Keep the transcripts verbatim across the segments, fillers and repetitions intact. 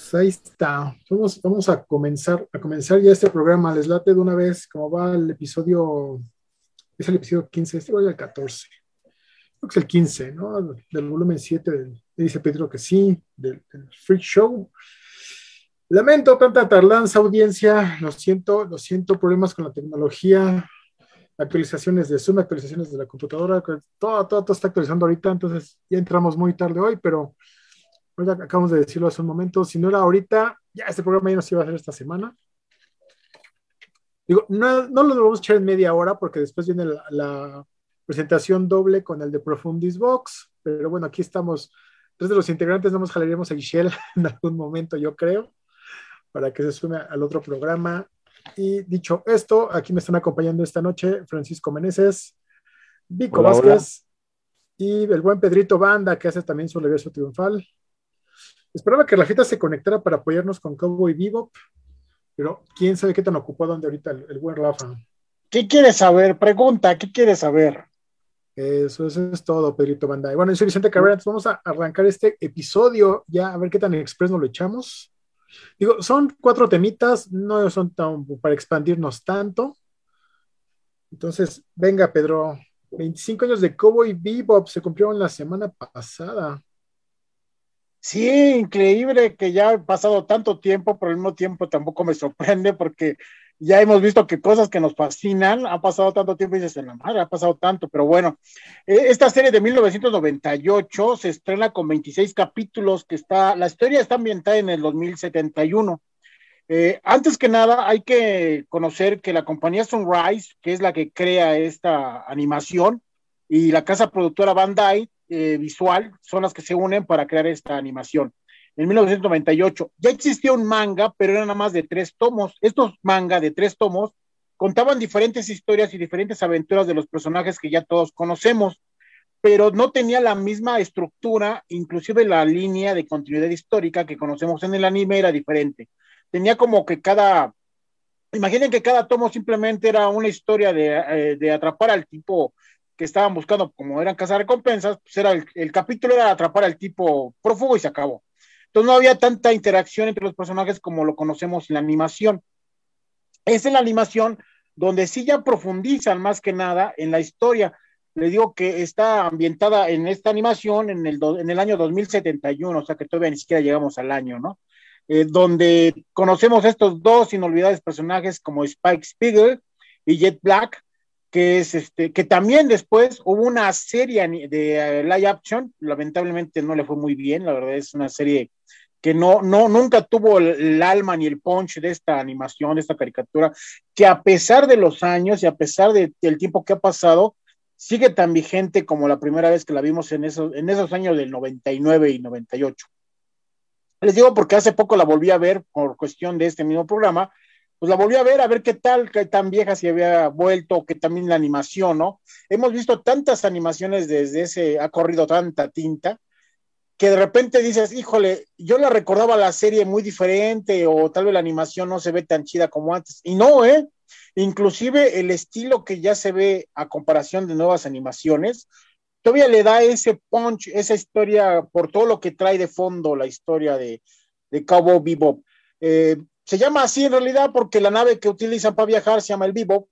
Pues ahí está. Vamos, vamos a comenzar, a comenzar ya este programa. Les late de una vez cómo va el episodio. Es el episodio quince, este va el catorce. Creo que es el quince, ¿no? Del volumen siete del, dice Pedro que sí, del, del Freak Show. Lamento tanta tardanza, audiencia. Lo siento, lo siento, problemas con la tecnología, actualizaciones de Zoom, actualizaciones de la computadora. Todo, todo, todo está actualizando ahorita, entonces ya entramos muy tarde hoy, pero ahorita acabamos de decirlo hace un momento. Si no era ahorita, ya este programa ya no se iba a hacer esta semana. Digo, no, no lo vamos a echar en media hora porque después viene la, la presentación doble con el de Profundis Box, pero bueno, aquí estamos. Tres de los integrantes, no nos jalaríamos a Giselle en algún momento, yo creo, para que se sume al otro programa. Y dicho esto, aquí me están acompañando esta noche Francisco Meneses, Vico Hola, hola. Vázquez y el buen Pedrito Banda, que hace también su regreso triunfal. Esperaba que la gente se conectara para apoyarnos con Cowboy Bebop, pero quién sabe qué tan ocupado anda ahorita el, el buen Rafa. ¿Qué quieres saber? Pregunta, ¿qué quieres saber? Eso, eso es todo, Pedrito Banda. Y bueno, yo soy Vicente Cabrera, entonces vamos a arrancar este episodio ya a ver qué tan express nos lo echamos. Digo, son cuatro temitas, no son tan para expandirnos tanto. Entonces, venga, Pedro, veinticinco años de Cowboy Bebop se cumplieron la semana pasada. Sí, increíble que ya ha pasado tanto tiempo, pero al mismo tiempo tampoco me sorprende porque ya hemos visto que cosas que nos fascinan, ha pasado tanto tiempo y dices, en la madre, ha pasado tanto, pero bueno, eh, esta serie de mil novecientos noventa y ocho se estrena con veintiséis capítulos, que está, la historia está ambientada en el dos mil setenta y uno. Eh, antes que nada, hay que conocer que la compañía Sunrise, que es la que crea esta animación, y la casa productora Bandai eh, Visual, son las que se unen para crear esta animación. En mil novecientos noventa y ocho ya existía un manga, pero era nada más de tres tomos. Estos manga de tres tomos contaban diferentes historias y diferentes aventuras de los personajes que ya todos conocemos, pero no tenía la misma estructura, inclusive la línea de continuidad histórica que conocemos en el anime era diferente. Tenía como que cada, imaginen que cada tomo simplemente era una historia de, eh, de atrapar al tipo que estaban buscando, como eran cazarrecompensas, pues era el, el capítulo era atrapar al tipo prófugo y se acabó. Entonces no había tanta interacción entre los personajes como lo conocemos en la animación. Es en la animación donde sí ya profundizan más que nada en la historia. Le digo que está ambientada en esta animación en el, do, en el año dos mil setenta y uno, o sea que todavía ni siquiera llegamos al año, ¿no? Eh, donde conocemos estos dos inolvidables personajes como Spike Spiegel y Jet Black, que es este, que también después hubo una serie de uh, live action, lamentablemente no le fue muy bien, la verdad es una serie que no, no, nunca tuvo el, el alma ni el punch de esta animación, de esta caricatura, que a pesar de los años y a pesar de, del tiempo que ha pasado, sigue tan vigente como la primera vez que la vimos en esos, en esos años del noventa y nueve y noventa y ocho. Les digo porque hace poco la volví a ver por cuestión de este mismo programa, pues la volví a ver, a ver qué tal, qué tan vieja se había vuelto, que también la animación, ¿no? Hemos visto tantas animaciones desde ese, ha corrido tanta tinta, que de repente dices, híjole, yo la recordaba la serie muy diferente, o tal vez la animación no se ve tan chida como antes, y no, ¿eh? Inclusive el estilo que ya se ve a comparación de nuevas animaciones, todavía le da ese punch, esa historia, por todo lo que trae de fondo la historia de, de Cowboy Bebop. Eh, se llama así en realidad porque la nave que utilizan para viajar se llama el Bebop,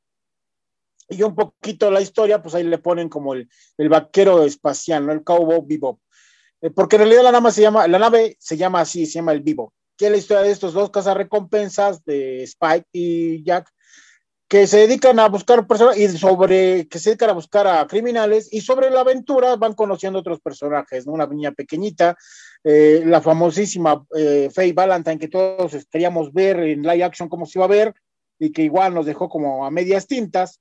y un poquito la historia, pues ahí le ponen como el, el vaquero espacial, ¿no? El Cowboy Bebop. Eh, porque en realidad la nave se llama, la nave se llama así, se llama el Bebop. Que es la historia de estos dos cazarrecompensas de Spike y Jack, que se dedican a buscar personas y sobre que se dedican a buscar a criminales, y sobre la aventura van conociendo otros personajes, ¿no? Una niña pequeñita, eh, la famosísima eh, Faye Valentine, que todos queríamos ver en live action cómo se iba a ver, y que igual nos dejó como a medias tintas.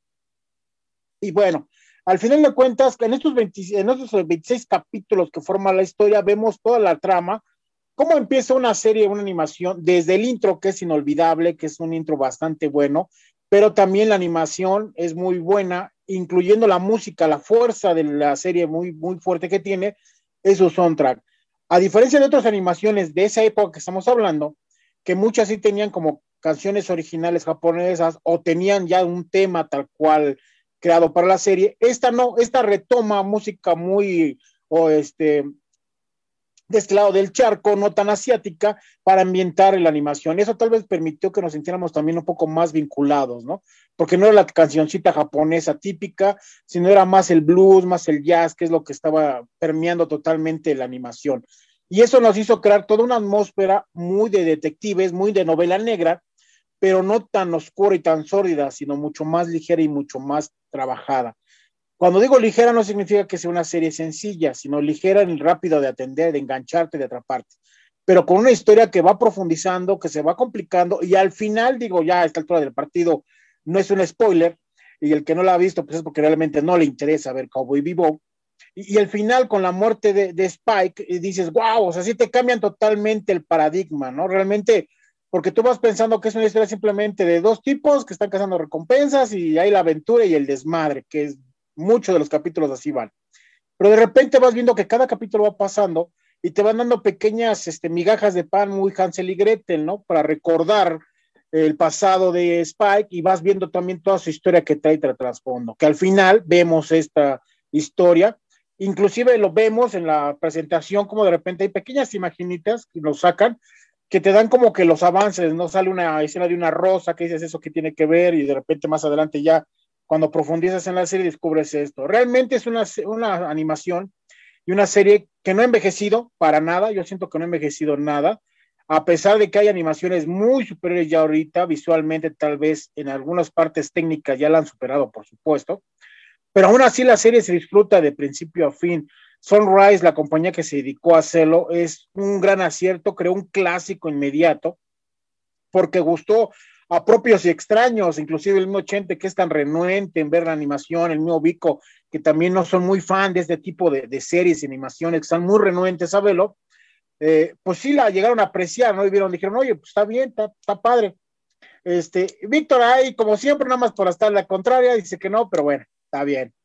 Y bueno, al final de cuentas, en estos, veinte, en estos veintiséis capítulos que forman la historia, vemos toda la trama, cómo empieza una serie, una animación, desde el intro, que es inolvidable, que es un intro bastante bueno, pero también la animación es muy buena, incluyendo la música, la fuerza de la serie muy, muy fuerte que tiene, es su soundtrack. A diferencia de otras animaciones de esa época que estamos hablando, que muchas sí tenían como canciones originales japonesas o tenían ya un tema tal cual creado para la serie, esta no, esta retoma música muy, o este, de este lado del charco, no tan asiática, para ambientar la animación. Eso tal vez permitió que nos sintiéramos también un poco más vinculados, ¿no? Porque no era la cancioncita japonesa típica, sino era más el blues, más el jazz, que es lo que estaba permeando totalmente la animación. Y eso nos hizo crear toda una atmósfera muy de detectives, muy de novela negra, pero no tan oscura y tan sórdida, sino mucho más ligera y mucho más trabajada. Cuando digo ligera no significa que sea una serie sencilla, sino ligera en el rápido de atender, de engancharte, de atraparte. Pero con una historia que va profundizando, que se va complicando, y al final, digo, ya a esta altura del partido, no es un spoiler, y el que no la ha visto, pues es porque realmente no le interesa ver Cowboy Bebop. Y, y al final, con la muerte de, de Spike, y dices, wow, o sea, sí te cambian totalmente el paradigma, ¿no? Realmente, porque tú vas pensando que es una historia simplemente de dos tipos que están cazando recompensas, y hay la aventura y el desmadre, que es muchos de los capítulos así van. Pero de repente vas viendo que cada capítulo va pasando y te van dando pequeñas este, migajas de pan muy Hansel y Gretel, ¿no? Para recordar el pasado de Spike y vas viendo también toda su historia que trae tras trasfondo. Que al final vemos esta historia, inclusive lo vemos en la presentación, como de repente hay pequeñas imaginitas que nos sacan, que te dan como que los avances, ¿no? Sale una escena de una rosa que dices eso que tiene que ver y de repente más adelante ya cuando profundizas en la serie descubres esto. Realmente es una, una animación y una serie que no ha envejecido para nada, yo siento que no ha envejecido nada, a pesar de que hay animaciones muy superiores ya ahorita, visualmente tal vez en algunas partes técnicas ya la han superado, por supuesto, pero aún así la serie se disfruta de principio a fin. Sunrise, la compañía que se dedicó a hacerlo, es un gran acierto, creó un clásico inmediato, porque gustó a propios y extraños, inclusive el mismo Chente, que es tan renuente en ver la animación, el mismo Vico, que también no son muy fan de este tipo de, de series y animaciones, que están muy renuentes a verlo, eh, pues sí la llegaron a apreciar, ¿no? Y vieron, dijeron, oye, pues está bien, está, está padre. Este, Víctor ahí, como siempre, nada más por estar la contraria, dice que no, pero bueno, está bien.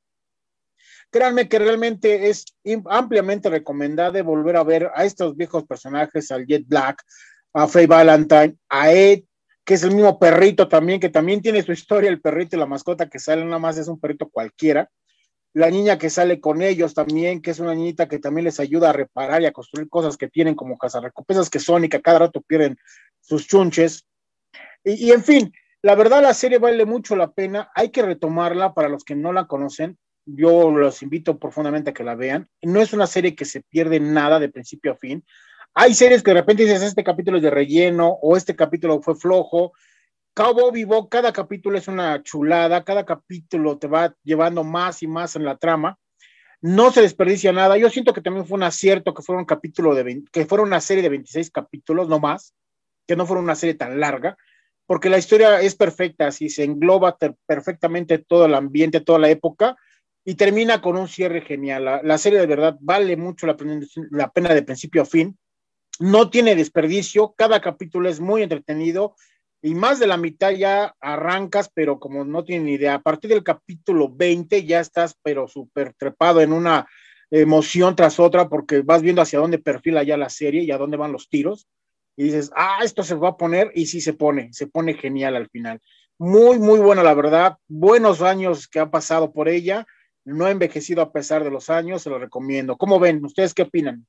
Créanme que realmente es ampliamente recomendable volver a ver a estos viejos personajes, al Jet Black, a Faye Valentine, a Ed, que es el mismo perrito también, que también tiene su historia, el perrito y la mascota que sale, nada más es un perrito cualquiera. La niña que sale con ellos también, que es una niñita que también les ayuda a reparar y a construir cosas que tienen como cazarrecompensas que son y que a cada rato pierden sus chunches. Y, y en fin, la verdad la serie vale mucho la pena, hay que retomarla para los que no la conocen, yo los invito profundamente a que la vean. No es una serie que se pierde nada de principio a fin. Hay series que de repente dices, este capítulo es de relleno, o este capítulo fue flojo. Cowboy Bebop, cada capítulo es una chulada, cada capítulo te va llevando más y más en la trama. No se desperdicia nada. Yo siento que también fue un acierto que fuera un capítulo de veinte, que fuera una serie de veintiséis capítulos, no más, que no fuera una serie tan larga, porque la historia es perfecta, así se engloba perfectamente todo el ambiente, toda la época, y termina con un cierre genial. La, la serie de verdad vale mucho la, la pena de principio a fin. No tiene desperdicio, cada capítulo es muy entretenido y más de la mitad ya arrancas, pero como no tienen idea, a partir del capítulo veinte ya estás pero súper trepado en una emoción tras otra porque vas viendo hacia dónde perfila ya la serie y a dónde van los tiros y dices, ah, esto se va a poner y sí se pone, se pone genial al final. Muy, muy buena la verdad, buenos años que ha pasado por ella, no ha envejecido a pesar de los años, se lo recomiendo. ¿Cómo ven? ¿Ustedes qué opinan?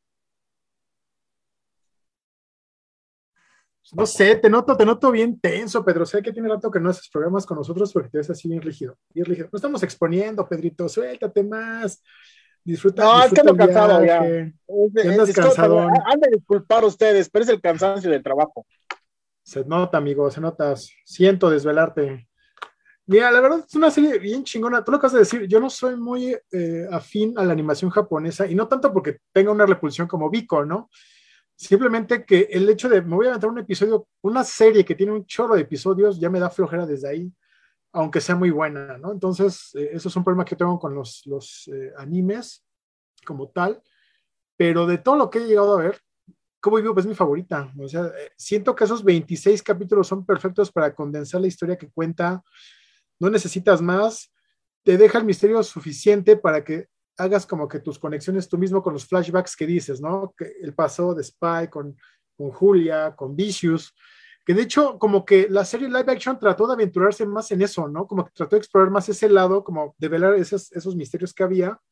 No sé, te noto, te noto bien tenso, Pedro. Sé que tiene rato que no haces programas con nosotros porque te ves así bien rígido, bien rígido. No estamos exponiendo, Pedrito, suéltate más. Disfruta, No, es que disfruta ando el cansado ya. viaje. Es, Ya es, andas cansadón. han de disculpar ustedes, pero es el cansancio del trabajo. Se nota, amigo, se nota. Siento desvelarte. Mira, la verdad es una serie bien chingona. Tú lo acabas de decir, yo no soy muy eh, afín a la animación japonesa y no tanto porque tenga una repulsión como Vico, ¿no? Simplemente que el hecho de, me voy a aventar un episodio, una serie que tiene un chorro de episodios, ya me da flojera desde ahí, aunque sea muy buena, ¿no? Entonces, eh, eso es un problema que tengo con los, los eh, animes como tal, pero de todo lo que he llegado a ver, Cowboy Bebop es mi favorita. O sea, eh, siento que esos veintiséis capítulos son perfectos para condensar la historia que cuenta, no necesitas más, te deja el misterio suficiente para que hagas como que tus conexiones tú mismo con los flashbacks que dices, ¿no? Que el pasado de Spy con, con Julia, con Vicious, que de hecho como que la serie live action trató de aventurarse más en eso, ¿no? Como que trató de explorar más ese lado, como de velar esos, esos misterios que había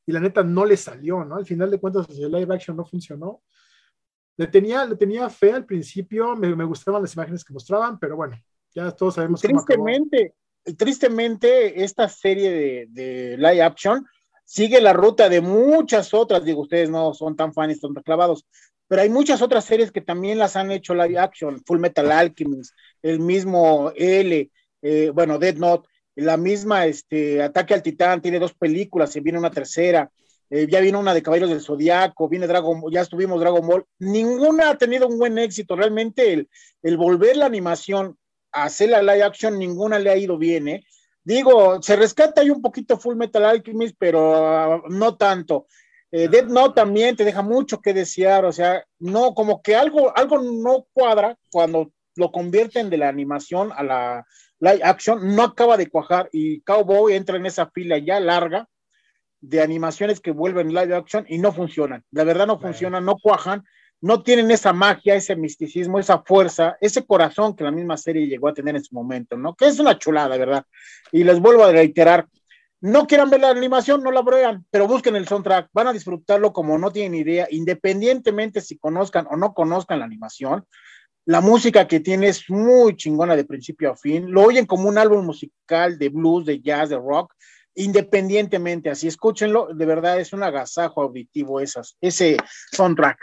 y la neta no le salió, ¿no? Al final de cuentas, el live action no funcionó. Le tenía, le tenía fe al principio, me, me gustaban las imágenes que mostraban, pero bueno, ya todos sabemos cómo acabó. Tristemente, tristemente, esta serie de, de live action sigue la ruta de muchas otras, digo, ustedes no son tan fans, son tan clavados, pero hay muchas otras series que también las han hecho live action, Full Metal Alchemist, el mismo L, eh, bueno, Death Note, la misma este, Ataque al Titán, tiene dos películas, se viene una tercera, eh, ya viene una de Caballeros del Zodiaco, viene Dragon, ya estuvimos Dragon Ball, ninguna ha tenido un buen éxito, realmente el, el volver la animación a hacer la live action, ninguna le ha ido bien, ¿eh? Digo, se rescata ahí un poquito Full Metal Alchemist, pero uh, no tanto. Eh, Death Note también te deja mucho que desear, o sea, no, como que algo, algo no cuadra cuando lo convierten de la animación a la live action, no acaba de cuajar y Cowboy entra en esa fila ya larga de animaciones que vuelven live action y no funcionan, la verdad no funcionan, no cuajan, no tienen esa magia, ese misticismo, esa fuerza, ese corazón que la misma serie llegó a tener en su momento, ¿no? Que es una chulada, ¿verdad? Y les vuelvo a reiterar, no quieran ver la animación, no la vean, pero busquen el soundtrack, van a disfrutarlo como no tienen idea, independientemente si conozcan o no conozcan la animación, la música que tiene es muy chingona de principio a fin, lo oyen como un álbum musical de blues, de jazz, de rock, independientemente, así escúchenlo, de verdad es un agasajo auditivo esas, ese soundtrack.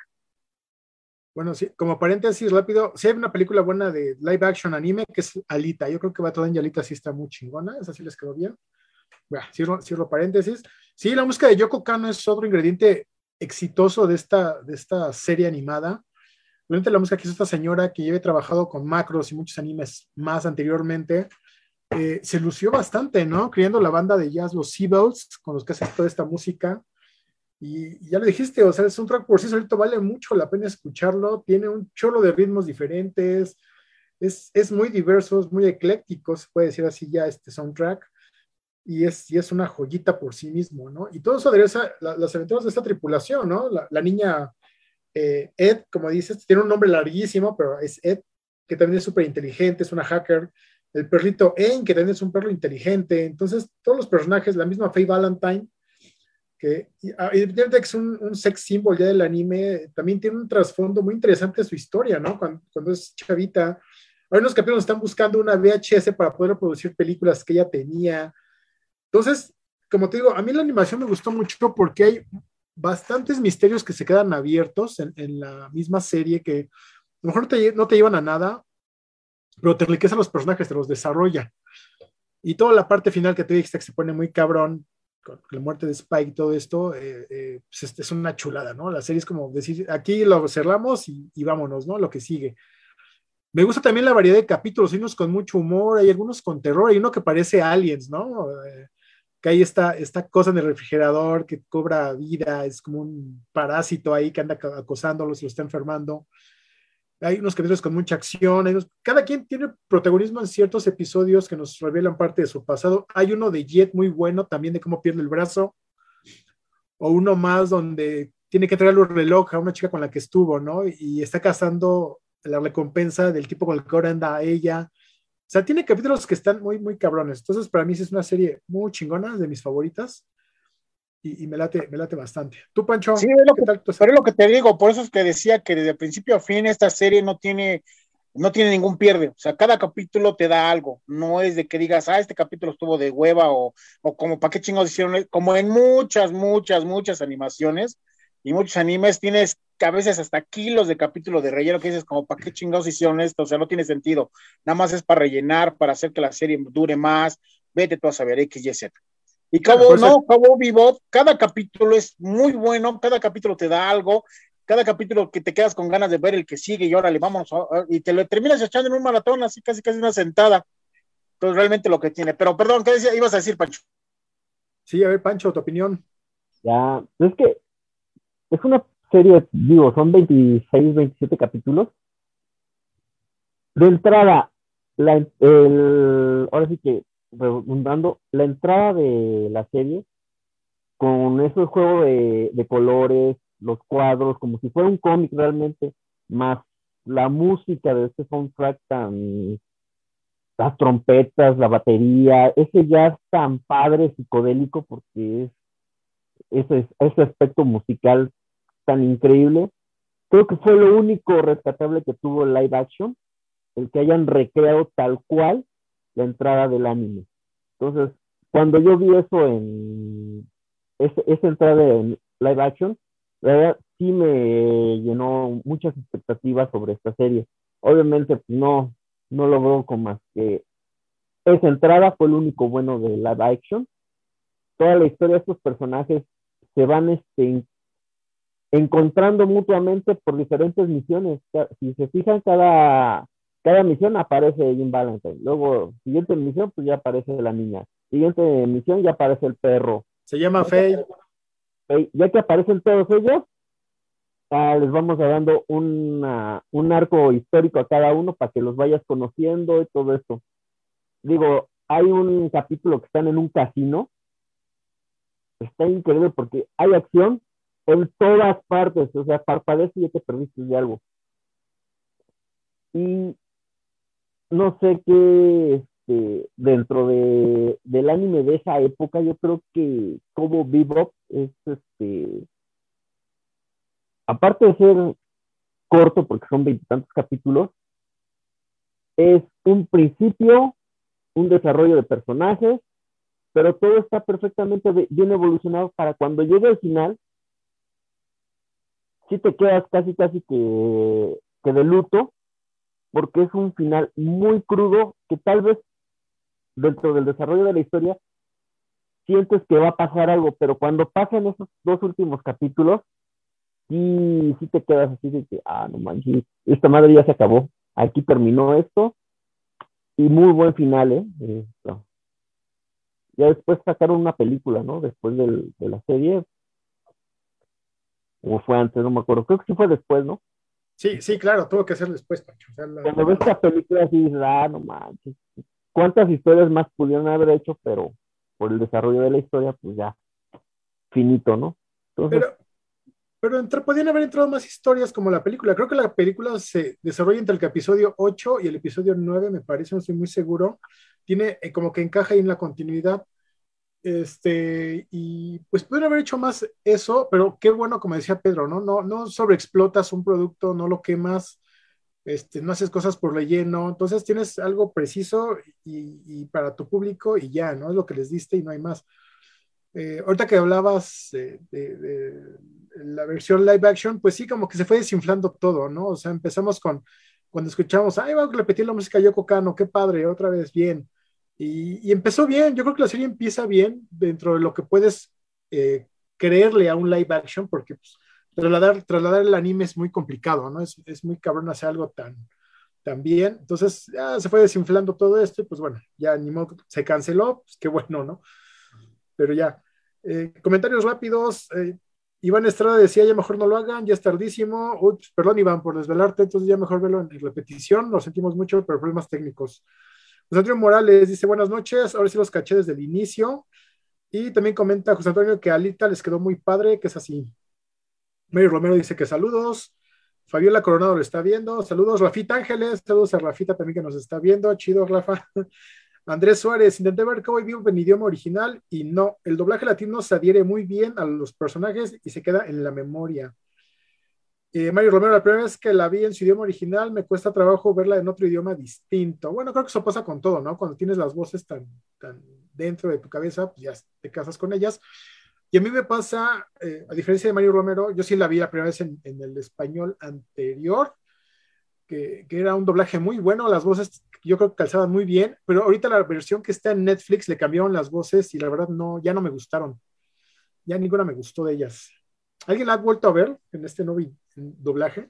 Bueno, sí, como paréntesis rápido, sí hay una película buena de live action anime que es Alita. Yo creo que Battle Alita sí está muy chingona, esa sí les quedó bien. Bueno, cierro, cierro paréntesis. Sí, la música de Yoko Kanno es otro ingrediente exitoso de esta, de esta serie animada. Realmente la música que hizo esta señora que ya había trabajado con Macros y muchos animes más anteriormente, eh, se lució bastante, ¿no? Creando la banda de jazz, los Seabells, con los que hace toda esta música. Y, y ya lo dijiste, o sea, es un track por sí solito, vale mucho la pena escucharlo, tiene un chorro de ritmos diferentes, es, es muy diverso, es muy ecléctico, se puede decir así ya este soundtrack, y es, y es una joyita por sí mismo, ¿no? Y todo eso adereza la, las aventuras de esta tripulación, ¿no? La, la niña eh, Ed, como dices, tiene un nombre larguísimo, pero es Ed, que también es súper inteligente, es una hacker. El perrito Aang, que también es un perro inteligente. Entonces, todos los personajes, la misma Faye Valentine, que evidentemente es un, un sex symbol ya del anime, también tiene un trasfondo muy interesante de su historia, ¿no? Cuando, cuando es chavita, hay unos capítulos están buscando una V H S para poder producir películas que ella tenía. Entonces, como te digo, a mí la animación me gustó mucho porque hay bastantes misterios que se quedan abiertos en, en la misma serie que a lo mejor no te, no te llevan a nada, pero te enriquecen los personajes, te los desarrolla. Y toda la parte final que te dijiste que se pone muy cabrón, con la muerte de Spike y todo esto, eh, eh, pues es una chulada, ¿no? La serie es como decir, aquí lo cerramos y, y vámonos, ¿no? Lo que sigue. Me gusta también la variedad de capítulos, hay unos con mucho humor, hay algunos con terror, hay uno que parece Aliens, ¿no? Eh, que hay esta, esta cosa en el refrigerador que cobra vida, es como un parásito ahí que anda acosándolos y lo está enfermando. Hay unos capítulos con mucha acción, hay unos, cada quien tiene protagonismo en ciertos episodios que nos revelan parte de su pasado. Hay uno de Jet muy bueno, también de cómo pierde el brazo, o uno más donde tiene que traerle un reloj a una chica con la que estuvo, ¿no? Y está cazando la recompensa del tipo con el que ahora anda a ella. O sea, tiene capítulos que están muy, muy cabrones. Entonces, para mí sí es una serie muy chingona, de mis favoritas, y, y me late, me late bastante. ¿Tú, Sí, Pancho, es lo qué que, tal? pero es lo que te digo, por eso es que decía que desde principio a fin esta serie no tiene, no tiene ningún pierde, o sea, cada capítulo te da algo, no es de que digas, ah, este capítulo estuvo de hueva o, o como, ¿para qué chingados hicieron? Como en muchas, muchas, muchas animaciones y muchos animes tienes a veces hasta kilos de capítulo de relleno que dices, como, ¿para qué chingados hicieron esto? O sea, no tiene sentido, nada más es para rellenar, para hacer que la serie dure más, vete tú a saber X, Y, Z. Y Bueno, Cabo, por eso, no, Cabo Vivo, cada capítulo es muy bueno, cada capítulo te da algo, cada capítulo que te quedas con ganas de ver el que sigue y órale, vámonos, y te lo terminas echando en un maratón, así casi casi una sentada. Entonces, realmente lo que tiene. Pero, perdón, ¿qué decía? Ibas a decir, Pancho? sí, a ver, Pancho, tu opinión. Ya, es que es una serie, digo, son veintiséis, veintisiete capítulos. De entrada, la, el, ahora sí que, redundando, la entrada de la serie con ese juego de, de colores, los cuadros, como si fuera un cómic realmente, más la música de este soundtrack tan, las trompetas, la batería, ese jazz tan padre, psicodélico, porque es, ese, ese aspecto musical tan increíble. Creo que fue lo único rescatable que tuvo el live action, el que hayan recreado tal cual la entrada del anime. Entonces, cuando yo vi eso en ese, esa entrada en live action, la verdad sí me llenó muchas expectativas sobre esta serie. Obviamente pues, no, no logró con más que esa entrada, fue el único bueno de live action. Toda la historia de estos personajes se van este, encontrando mutuamente por diferentes misiones. Si se fijan, cada, cada misión aparece Jim Valentine. Luego, siguiente misión, pues ya aparece la niña. Siguiente misión, ya aparece el perro. Se llama Faye. Ya que aparecen todos ellos, ah, les vamos dando una, un arco histórico a cada uno para que los vayas conociendo y todo esto. Digo, hay un capítulo que están en un casino. Está increíble porque hay acción en todas partes. O sea, parpadeas y ya te perdiste de algo. Y no sé qué, este, dentro de, del anime de esa época, yo creo que Cowboy Bebop es, este, aparte de ser corto, porque son veintitantos capítulos, es un principio, un desarrollo de personajes, pero todo está perfectamente bien evolucionado para cuando llegue al final, sí te quedas casi, casi que, que de luto, porque es un final muy crudo que tal vez dentro del desarrollo de la historia sientes que va a pasar algo, pero cuando pasan esos dos últimos capítulos, sí, sí te quedas así de que, ah, no manches, esta madre ya se acabó, aquí terminó esto, y muy buen final, ¿eh? Esto. Ya después sacaron una película, ¿no? Después del, de la serie, o fue antes, no me acuerdo, creo que sí fue después, ¿no? Sí, sí, claro, tuvo que ser después, Pancho. O sea, la... Cuando ves esta película así dices, ah, no manches, cuántas historias más pudieron haber hecho, pero por el desarrollo de la historia, pues ya, finito, ¿no? Entonces, pero pero entre, podían haber entrado más historias como la película. Creo que la película se desarrolla entre el episodio ocho y el episodio nueve, me parece, no estoy muy seguro. Tiene eh, como que encaja ahí en la continuidad. Este, y pues pudieron haber hecho más eso, pero qué bueno, como decía Pedro, ¿no? No, no sobreexplotas un producto, no lo quemas, este, no haces cosas por relleno, entonces tienes algo preciso y, y para tu público y ya, ¿no? Es lo que les diste y no hay más. Eh, ahorita que hablabas de, de, de, la versión live action, pues sí, como que se fue desinflando todo, ¿no? O sea, empezamos con, cuando escuchamos, ay, va a repetir la música de Yoko Kanno, qué padre, otra vez, bien. Y, y empezó bien, yo creo que la serie empieza bien dentro de lo que puedes eh, creerle a un live action, porque pues, trasladar, trasladar el anime es muy complicado, ¿no? Es, es muy cabrón hacer algo tan, tan bien. Entonces, ya se fue desinflando todo esto y pues bueno, ya ni modo, se canceló, pues qué bueno, ¿no? Pero ya. Eh, comentarios rápidos. Eh, Iván Estrada decía, ya mejor no lo hagan, ya es tardísimo. Ups, perdón, Iván, por desvelarte, entonces ya mejor verlo en repetición. Lo sentimos mucho, pero problemas técnicos. José Antonio Morales dice, buenas noches, ahora sí los caché desde el inicio. Y también comenta José Antonio que a Alita les quedó muy padre, que es así. Mary Romero dice que saludos. Fabiola Coronado lo está viendo. Saludos, Rafita Ángeles. Saludos a Rafita también que nos está viendo. Chido, Rafa. Andrés Suárez, intenté ver Cowboy Bebop en idioma original y no, el doblaje latino se adhiere muy bien a los personajes y se queda en la memoria. Eh, Mario Romero, la primera vez que la vi en su idioma original me cuesta trabajo verla en otro idioma distinto. Bueno, creo que eso pasa con todo, ¿no? Cuando tienes las voces tan, tan dentro de tu cabeza, pues ya te casas con ellas. Y a mí me pasa, eh, a diferencia de Mario Romero, yo sí la vi la primera vez en, en el español anterior, Que, que era un doblaje muy bueno, las voces yo creo que calzaban muy bien, pero ahorita la versión que está en Netflix le cambiaron las voces y la verdad no, ya no me gustaron, ya ninguna me gustó de ellas. ¿Alguien la ha vuelto a ver en este nuevo doblaje?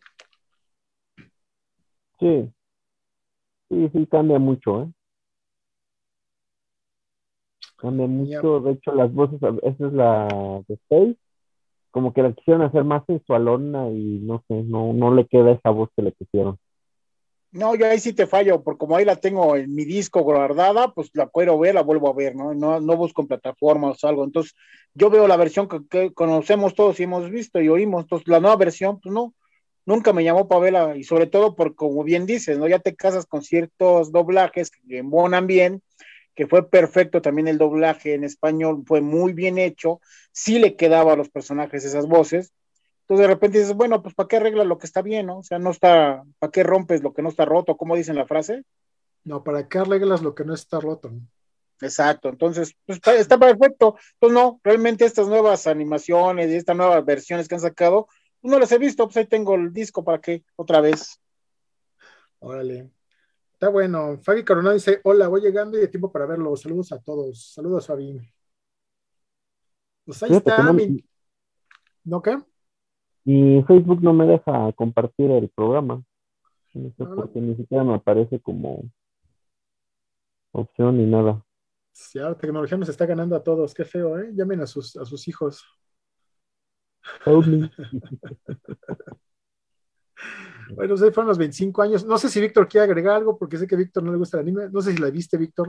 Sí, sí, sí, cambia mucho, ¿eh? Cambia mucho, de hecho las voces, esa es la de Faye, como que la quisieron hacer más sensualona y no sé, no, no le queda esa voz que le pusieron. No, yo ahí sí te fallo, porque como ahí la tengo en mi disco guardada, pues la quiero ver, la vuelvo a ver, ¿no? No, no busco en plataformas o algo. Entonces, yo veo la versión que, que conocemos todos y hemos visto y oímos. Entonces, la nueva versión, pues no, nunca me llamó para verla. Y sobre todo porque, como bien dices, ¿no? Ya te casas con ciertos doblajes que embonan bien que fue perfecto también el doblaje en español, fue muy bien hecho, sí le quedaba a los personajes esas voces. Entonces de repente dices, bueno, pues ¿para qué arreglas lo que está bien, no? O sea, no está, ¿para qué rompes lo que no está roto? ¿Cómo dicen la frase? No, ¿para qué arreglas lo que no está roto? Exacto, entonces pues, está, está perfecto. Entonces no, realmente estas nuevas animaciones y estas nuevas versiones que han sacado, pues, no las he visto, pues ahí tengo el disco para que otra vez. Órale. Está bueno. Fabi Coronado dice, hola, voy llegando y de tiempo para verlo. Saludos a todos. Saludos, Fabi. Pues ahí Fíjate que está, no, mi... ¿No qué? y Facebook no me deja compartir el programa. No sé No, por no. qué, ni siquiera me aparece como opción ni nada. Sí, la tecnología nos está ganando a todos. Qué feo, ¿eh? Llamen a sus, a sus hijos. Help me. Bueno, pues fueron los veinticinco años. No sé si Víctor quiere agregar algo, porque sé que a Víctor no le gusta el anime. No sé si la viste, Víctor.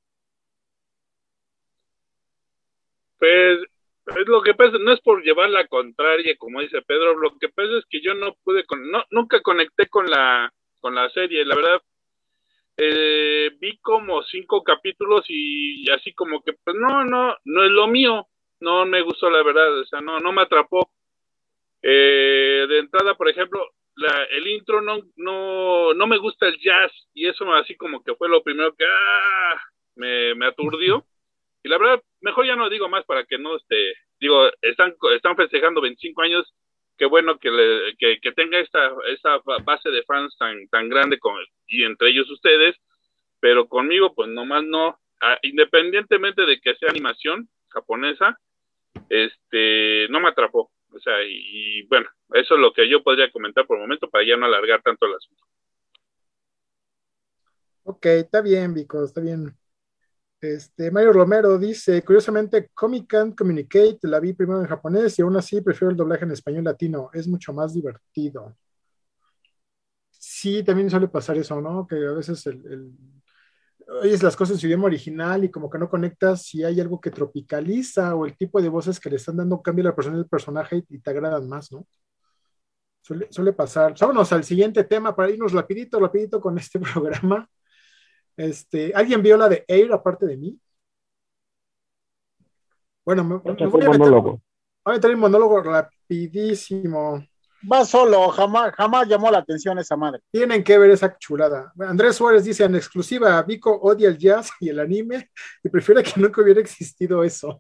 Pues es lo que pasa, no es por llevar la contraria, como dice Pedro, lo que pasa es que yo no pude, con, no, nunca conecté con la, con la serie, la verdad, eh, vi como cinco capítulos y así como que, pues no, no, no es lo mío, no me gustó la verdad, o sea, no, no me atrapó. Eh, de entrada, por ejemplo, la, el intro no, no, no me gusta el jazz y eso así como que fue lo primero que ah, me, me aturdió. Y la verdad, mejor ya no digo más para que no, este, digo, están, están festejando veinticinco años, qué bueno que, le, que, que tenga esta, esta base de fans tan, tan grande con, y entre ellos ustedes, pero conmigo pues nomás no, ah, independientemente de que sea animación japonesa, este, no me atrapó, o sea, y, y bueno, eso es lo que yo podría comentar por el momento para ya no alargar tanto el asunto. Ok, está bien, Vico, está bien. Este, Mario Romero dice, curiosamente, Comic Can't Communicate la vi primero en japonés y aún así prefiero el doblaje en español latino, es mucho más divertido. Sí, también suele pasar eso, ¿no? Que a veces el, el, oyes las cosas en su idioma original y como que no conectas si hay algo que tropicaliza o el tipo de voces que le están dando cambio a la persona del personaje y, y te agradan más, ¿no? Suele, suele pasar. Vámonos al siguiente tema para irnos rapidito, rapidito con este programa. Este, ¿alguien vio la de Air aparte de mí? Bueno, me, me voy a meter, voy a meter el monólogo rapidísimo. Va solo, jamás, jamás llamó la atención esa madre. Tienen que ver esa chulada. Andrés Suárez dice en exclusiva, Vico odia el jazz y el anime y prefiere que nunca hubiera existido eso.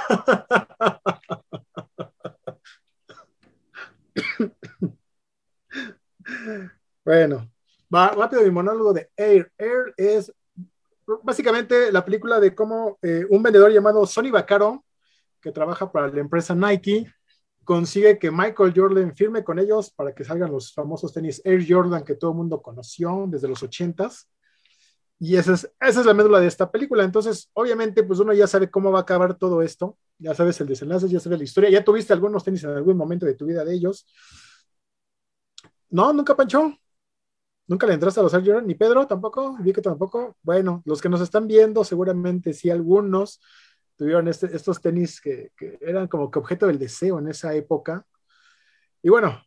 Bueno, va rápido mi monólogo de Air. Air es básicamente la película de cómo eh, un vendedor llamado Sonny Vaccaro, que trabaja para la empresa Nike, consigue que Michael Jordan firme con ellos para que salgan los famosos tenis Air Jordan que todo el mundo conoció desde los ochentas. Y esa es, esa es la médula de esta película. Entonces, obviamente, pues uno ya sabe cómo va a acabar todo esto. Ya sabes el desenlace, ya sabes la historia. Ya tuviste algunos tenis en algún momento de tu vida de ellos. No, nunca, Pancho. ¿Nunca le entraste a los Air Jordan? ¿Ni Pedro tampoco? ¿Vi que tampoco? Bueno, los que nos están viendo, seguramente sí, algunos tuvieron este, estos tenis que, que eran como que objeto del deseo en esa época. Y bueno,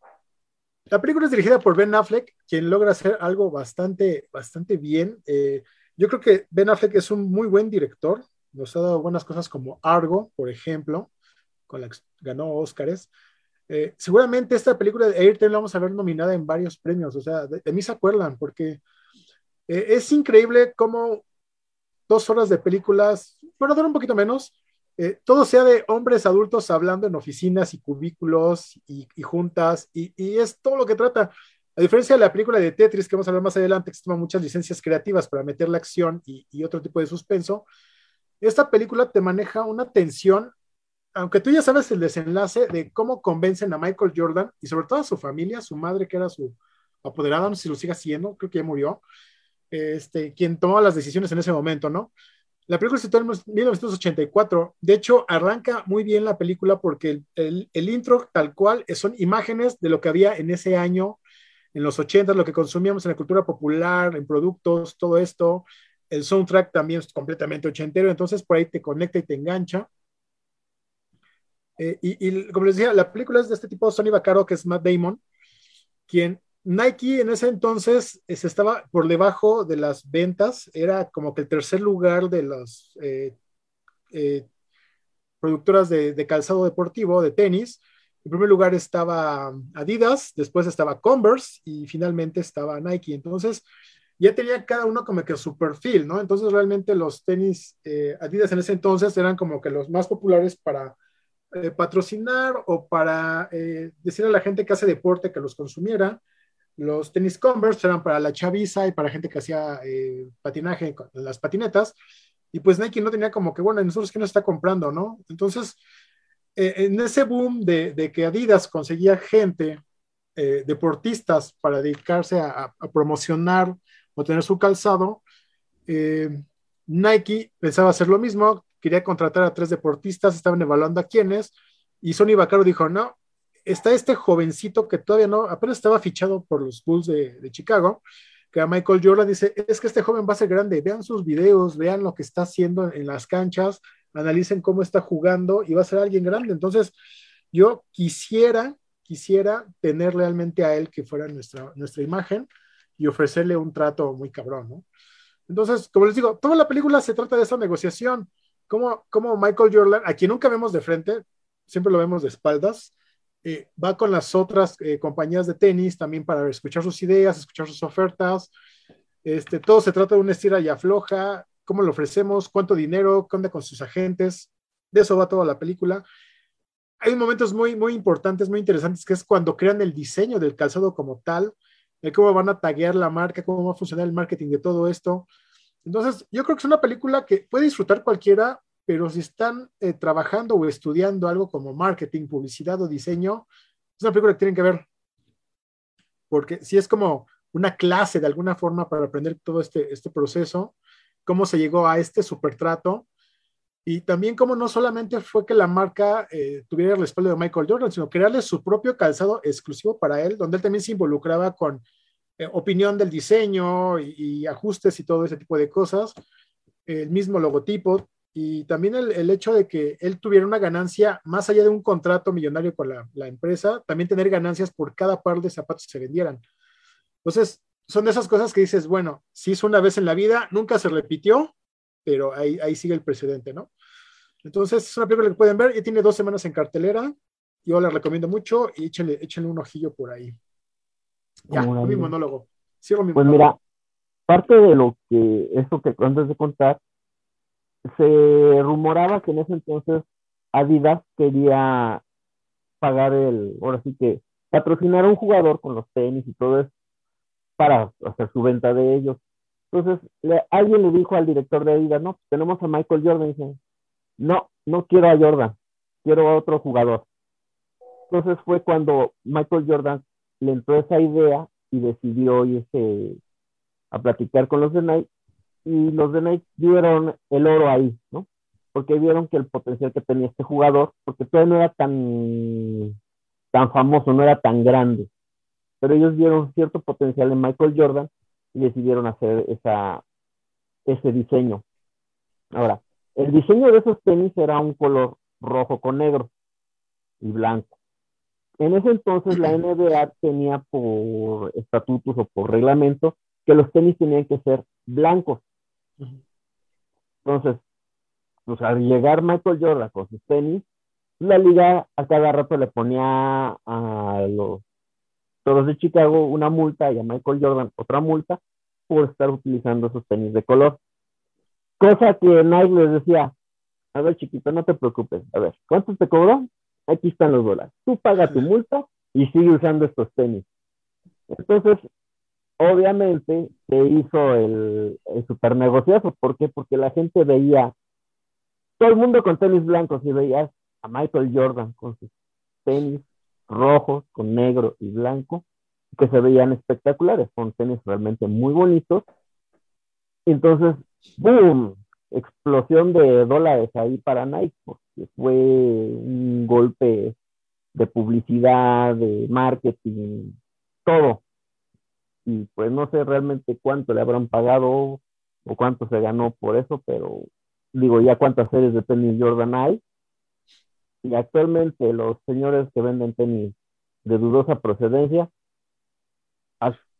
la película es dirigida por Ben Affleck, quien logra hacer algo bastante, bastante bien. Eh, yo creo que Ben Affleck es un muy buen director. Nos ha dado buenas cosas como Argo, por ejemplo, con la que ganó Óscares. Eh, seguramente esta película de Airtel la vamos a ver nominada en varios premios. O sea, de, de mí se acuerdan, porque eh, es increíble cómo dos horas de películas, bueno, dura un poquito menos, eh, todo sea de hombres adultos hablando en oficinas y cubículos y, y juntas, y, y, es todo lo que trata. A diferencia de la película de Tetris, que vamos a ver más adelante, que se toma muchas licencias creativas para meter la acción y, y otro tipo de suspenso, esta película te maneja una tensión, aunque tú ya sabes el desenlace de cómo convencen a Michael Jordan y sobre todo a su familia, su madre que era su apoderada, no sé si lo sigue haciendo, creo que ya murió, este, quien tomaba las decisiones en ese momento, ¿no? La película se situó en mil novecientos ochenta y cuatro. De hecho, arranca muy bien la película porque el, el, el intro tal cual son imágenes de lo que había en ese año, en los ochenta, lo que consumíamos en la cultura popular, en productos, todo esto. El soundtrack también es completamente ochentero, entonces por ahí te conecta y te engancha. Eh, y, y como les decía, la película es de este tipo, Sonny Vaccaro, que es Matt Damon, quien Nike en ese entonces se estaba por debajo de las ventas, era como que el tercer lugar de las eh, eh, productoras de, de, calzado deportivo, de tenis. En primer lugar estaba Adidas, después estaba Converse y finalmente estaba Nike. Entonces ya tenía cada uno como que su perfil, ¿no? Entonces realmente los tenis eh, Adidas en ese entonces eran como que los más populares para eh, patrocinar o para eh, decirle a la gente que hace deporte que los consumiera. Los tenis Converse eran para la chaviza y para gente que hacía eh, patinaje con las patinetas. Y pues Nike no tenía como que, bueno, nosotros quién nos está comprando, ¿no? Entonces, eh, en ese boom de, de, que Adidas conseguía gente, eh, deportistas, para dedicarse a, a, promocionar o tener su calzado, eh, Nike pensaba hacer lo mismo, quería contratar a tres deportistas, estaban evaluando a quiénes, y Sonny Vaccaro dijo, no, está este jovencito que todavía no, apenas estaba fichado por los Bulls de, de Chicago, que a Michael Jordan dice, es que este joven va a ser grande, vean sus videos, vean lo que está haciendo en las canchas, analicen cómo está jugando y va a ser alguien grande. Entonces, yo quisiera, quisiera tener realmente a él que fuera nuestra, nuestra imagen y ofrecerle un trato muy cabrón, ¿no? Entonces, como les digo, toda la película se trata de esa negociación, como, como Michael Jordan, a quien nunca vemos de frente, siempre lo vemos de espaldas, eh, va con las otras eh, compañías de tenis también para escuchar sus ideas, escuchar sus ofertas. Este, todo se trata de una estira y afloja, cómo lo ofrecemos, cuánto dinero, qué onda con sus agentes. De eso va toda la película. Hay momentos muy, muy importantes, muy interesantes, que es cuando crean el diseño del calzado como tal, de cómo van a taguear la marca, cómo va a funcionar el marketing de todo esto. Entonces, yo creo que es una película que puede disfrutar cualquiera, pero si están eh, trabajando o estudiando algo como marketing, publicidad o diseño, es una película que tienen que ver, porque si es como una clase de alguna forma para aprender todo este, este proceso, cómo se llegó a este supertrato, y también cómo no solamente fue que la marca eh, tuviera el respaldo de Michael Jordan, sino crearle su propio calzado exclusivo para él, donde él también se involucraba con eh, opinión del diseño y, y ajustes y todo ese tipo de cosas, el mismo logotipo, y también el, el hecho de que él tuviera una ganancia más allá de un contrato millonario con la, la empresa, también tener ganancias por cada par de zapatos que se vendieran. Entonces, son de esas cosas que dices, bueno, si hizo una vez en la vida, nunca se repitió, pero ahí, ahí sigue el precedente, ¿no? Entonces, es una película que pueden ver, y tiene dos semanas en cartelera, yo la recomiendo mucho, y échenle, échenle un ojillo por ahí. Ya, fue mi monólogo. Cierro mi pues monólogo. Mira, parte de lo que, eso que antes de contar, se rumoraba que en ese entonces Adidas quería pagar el, ahora sí que patrocinar a un jugador con los tenis y todo eso para hacer su venta de ellos. Entonces, le, alguien le dijo al director de Adidas, no, tenemos a Michael Jordan, y dice, no, no quiero a Jordan, quiero a otro jugador. Entonces fue cuando Michael Jordan le entró esa idea y decidió irse a platicar con los de Nike, y los de Nike vieron el oro ahí, ¿no? Porque vieron que el potencial que tenía este jugador, porque todavía no era tan, tan famoso, no era tan grande, pero ellos vieron cierto potencial en Michael Jordan y decidieron hacer esa, ese diseño. Ahora, el diseño de esos tenis era un color rojo con negro y blanco. En ese entonces la N B A tenía por estatutos o por reglamento que los tenis tenían que ser blancos. Entonces, pues al llegar Michael Jordan con sus tenis, la liga a cada rato le ponía a los Toros de Chicago una multa y a Michael Jordan otra multa por estar utilizando esos tenis de color. Cosa que Nike les decía, a ver chiquito, no te preocupes, a ver, ¿cuánto te cobró? Aquí están los dólares. Tú paga tu multa y sigue usando estos tenis. Entonces, obviamente, se hizo el, el super negociazo. ¿Por qué? Porque la gente veía, todo el mundo con tenis blancos, y veías a Michael Jordan con sus tenis rojos, con negro y blanco, que se veían espectaculares, con tenis realmente muy bonitos. Entonces, ¡boom! Explosión de dólares ahí para Nike, porque fue un golpe de publicidad, de marketing, todo. Y pues no sé realmente cuánto le habrán pagado o cuánto se ganó por eso, pero digo, ya cuántas series de tenis Jordan hay. Y actualmente los señores que venden tenis de dudosa procedencia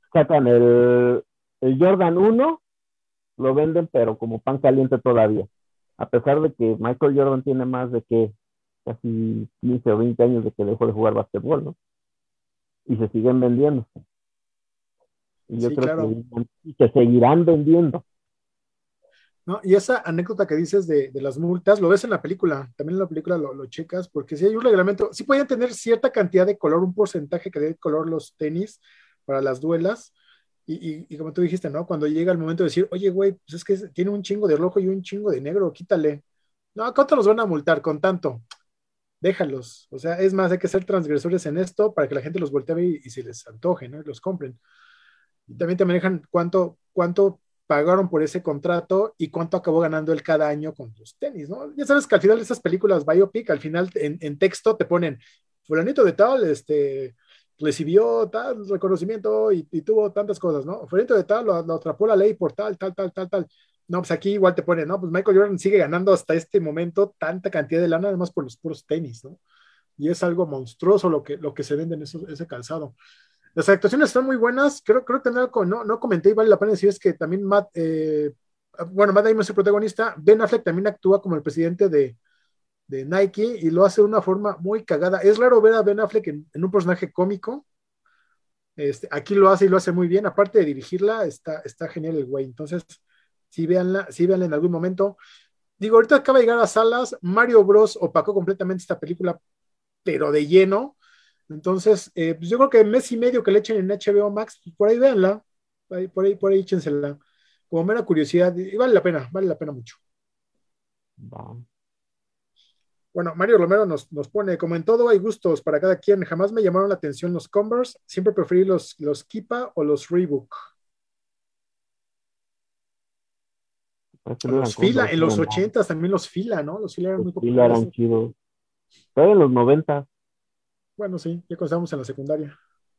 sacan el, el Jordan uno, lo venden, pero como pan caliente todavía. A pesar de que Michael Jordan tiene más de que casi quince o veinte años de que dejó de jugar básquetbol, ¿no? Y se siguen vendiendo. Y yo Sí, creo claro. que se seguirán vendiendo. ¿No? Y esa anécdota que dices de, de las multas, lo ves en la película, también en la película lo, lo checas, porque si hay un reglamento, sí podían tener cierta cantidad de color, un porcentaje que dé color los tenis para las duelas, y, y, y como tú dijiste, ¿no? Cuando llega el momento de decir, oye, güey, pues es que tiene un chingo de rojo y un chingo de negro, quítale. No, ¿cuánto nos van a multar con tanto? Déjalos. O sea, es más, hay que ser transgresores en esto para que la gente los voltee a ver y, y se les antoje, ¿no? Y los compren. Y también te manejan cuánto, cuánto pagaron por ese contrato y cuánto acabó ganando él cada año con los tenis, ¿no? Ya sabes que al final de esas películas biopic, al final en, en texto te ponen, fulanito de tal, este, recibió tal reconocimiento y, y tuvo tantas cosas, ¿no? Fulanito de tal, lo, lo atrapó la ley por tal, tal, tal, tal, tal. No, pues aquí igual te ponen, ¿no? Pues Michael Jordan sigue ganando hasta este momento tanta cantidad de lana, además por los puros tenis, ¿no? Y es algo monstruoso lo que, lo que se vende en eso, ese calzado. Las actuaciones están muy buenas. Creo, creo que no, no, no comenté y vale la pena decir es que también Matt, eh, bueno, Matt Damon es el protagonista. Ben Affleck también actúa como el presidente de, de Nike y lo hace de una forma muy cagada. Es raro ver a Ben Affleck en, en un personaje cómico. Este, aquí lo hace y lo hace muy bien. Aparte de dirigirla, está, está genial el güey. Entonces, sí véanla, sí véanla en algún momento. Digo, ahorita acaba de llegar a salas. Mario Bros. Opacó completamente esta película, pero de lleno. Entonces, eh, pues yo creo que mes y medio que le echen en H B O Max, pues por ahí véanla, por ahí, por ahí, por ahí échensela, como mera curiosidad, y vale la pena, vale la pena mucho. Va. Bueno, Mario Romero nos, nos pone, como en todo hay gustos para cada quien, jamás me llamaron la atención los Converse, siempre preferí los, los Kipa o los Reebok. Parece que O no eran los Fila, Converse, en los eran Vans. ochentas también los Fila, ¿no? Los Fila eran Los muy Fila populares. eran chidos. Todavía en los noventa. Bueno, sí, ya cuando estábamos en la secundaria.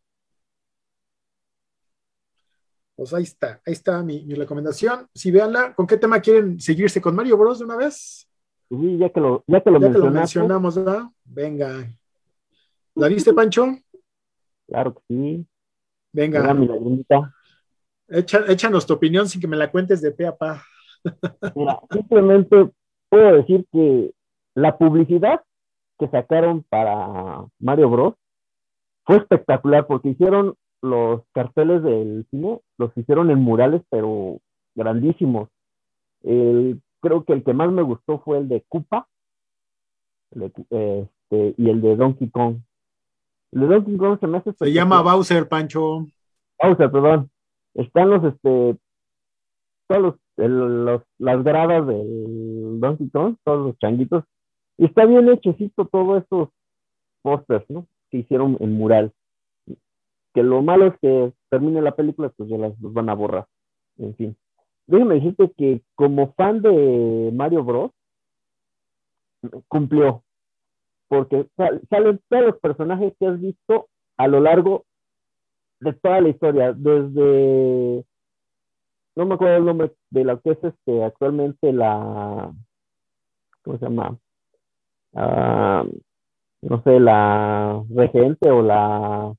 Pues ahí está, ahí está mi, mi recomendación. Si véanla, ¿con qué tema quieren seguirse? ¿Con Mario Bros de una vez? Sí, ya que lo, ya que lo Ya que lo mencionaste, mencionamos, ¿verdad? Venga. ¿La viste, Pancho? claro que sí. Era Venga, mi lagrimita. echa, échanos tu opinión sin que me la cuentes de pe a pa. Mira, simplemente puedo decir que la publicidad que sacaron para Mario Bros fue espectacular porque hicieron los carteles del cine, los hicieron en murales, pero grandísimos. El, creo que el que más me gustó fue el de Koopa el de, este, y el de Donkey Kong. El de Donkey Kong se me hace Se llama espectacular. Bowser, Pancho. Bowser, perdón. Están los, este, todos los, el, los, las gradas del Donkey Kong, todos los changuitos. Y está bien hechecito todos estos pósters, ¿no? Que hicieron en mural. Que lo malo es que termine la película, pues ya las, los van a borrar. En fin. Déjame decirte que como fan de Mario Bros, cumplió. Porque sal, salen todos los personajes que has visto a lo largo de toda la historia. Desde, no me acuerdo el nombre de la que es este, actualmente la, ¿cómo se llama? Uh, no sé, la regente o la,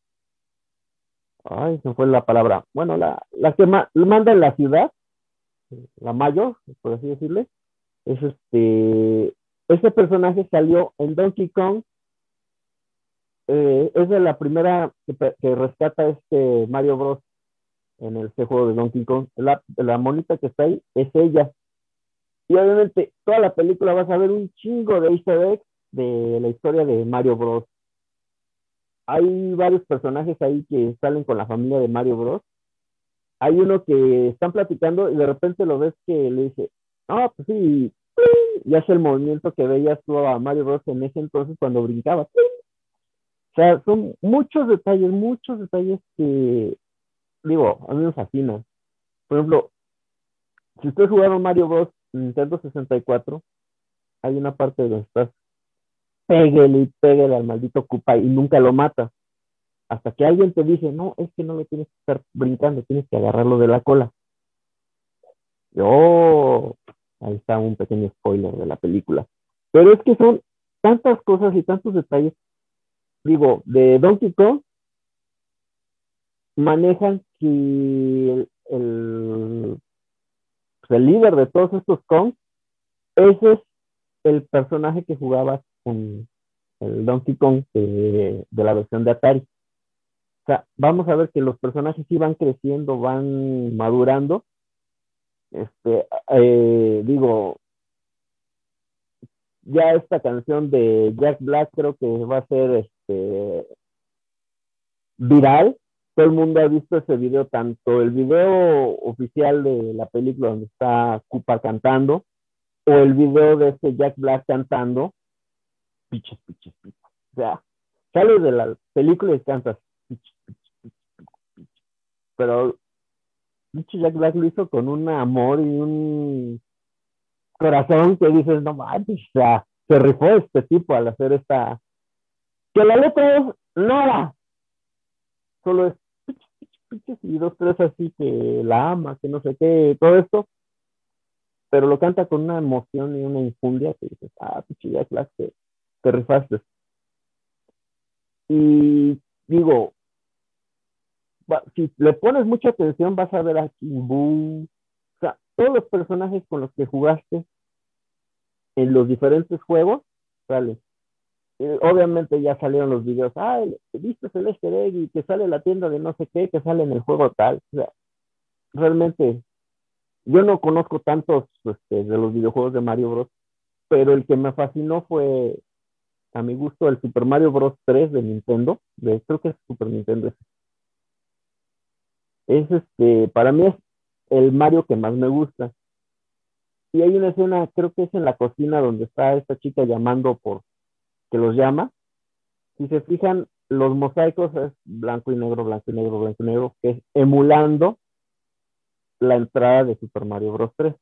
ay, se fue la palabra. Bueno, la, la que ma manda en la ciudad, la mayor, por así decirle, es este, ese personaje salió en Donkey Kong, eh, es de la primera que, que rescata este Mario Bros en el este juego de Donkey Kong. La, la monita que está ahí es ella. Y obviamente toda la película vas a ver un chingo de easter eggs de la historia de Mario Bros. Hay varios personajes ahí que salen con la familia de Mario Bros. Hay uno que están platicando y de repente lo ves que le dice, ah, pues sí, y hace el movimiento que veías tú a Mario Bros en ese entonces cuando brincaba. O sea, son muchos detalles, muchos detalles que, digo, a mí me fascinan. Por ejemplo, si ustedes jugaron Mario Bros. Nintendo sesenta y cuatro, hay una parte donde estás pégale y pégale al maldito Koopa y nunca lo mata. Hasta que alguien te dice, no, es que no lo tienes que estar brincando, tienes que agarrarlo de la cola. Y, oh, ahí está un pequeño spoiler de la película. Pero es que son tantas cosas y tantos detalles. Digo, de Donkey Kong, manejan que el, el, pues, el líder de todos estos Kong, ese es el personaje que jugabas con el Donkey Kong de, de la versión de Atari. O sea, vamos a ver que los personajes sí van creciendo, van madurando. Este, eh, digo, ya esta canción de Jack Black creo que va a ser este viral. Todo el mundo ha visto ese video, tanto el video oficial de la película donde está Koopa cantando, o el video de este Jack Black cantando, piches, piches, piches. O sea, sales de la película y cantas, piches, piches, piches, piches. Pero pinche Jack Black lo hizo con un amor y un corazón que dices, no manches, o sea, se rifó este tipo al hacer esta, que la letra es nada, solo es piches, piches, piches, y dos, tres así que la ama, que no sé qué, todo esto, pero lo canta con una emoción y una infundia que dices, ah, pinche Jack Black, te, te rifaste. Y digo, va, si le pones mucha atención vas a ver a Kimbu, o sea, todos los personajes con los que jugaste en los diferentes juegos, sale. Eh, obviamente ya salieron los videos, ah, viste el easter egg y que sale la tienda de no sé qué, que sale en el juego tal. O sea, realmente yo no conozco tantos este, de los videojuegos de Mario Bros, pero el que me fascinó fue, a mi gusto, el Super Mario Bros. tres de Nintendo, de, creo que es Super Nintendo. Es este, para mí es el Mario que más me gusta. Y hay una escena, creo que es en la cocina donde está esta chica llamando por que los llama. Si se fijan, los mosaicos es blanco y negro, blanco y negro, blanco y negro, que es emulando la entrada de Super Mario Bros. tres.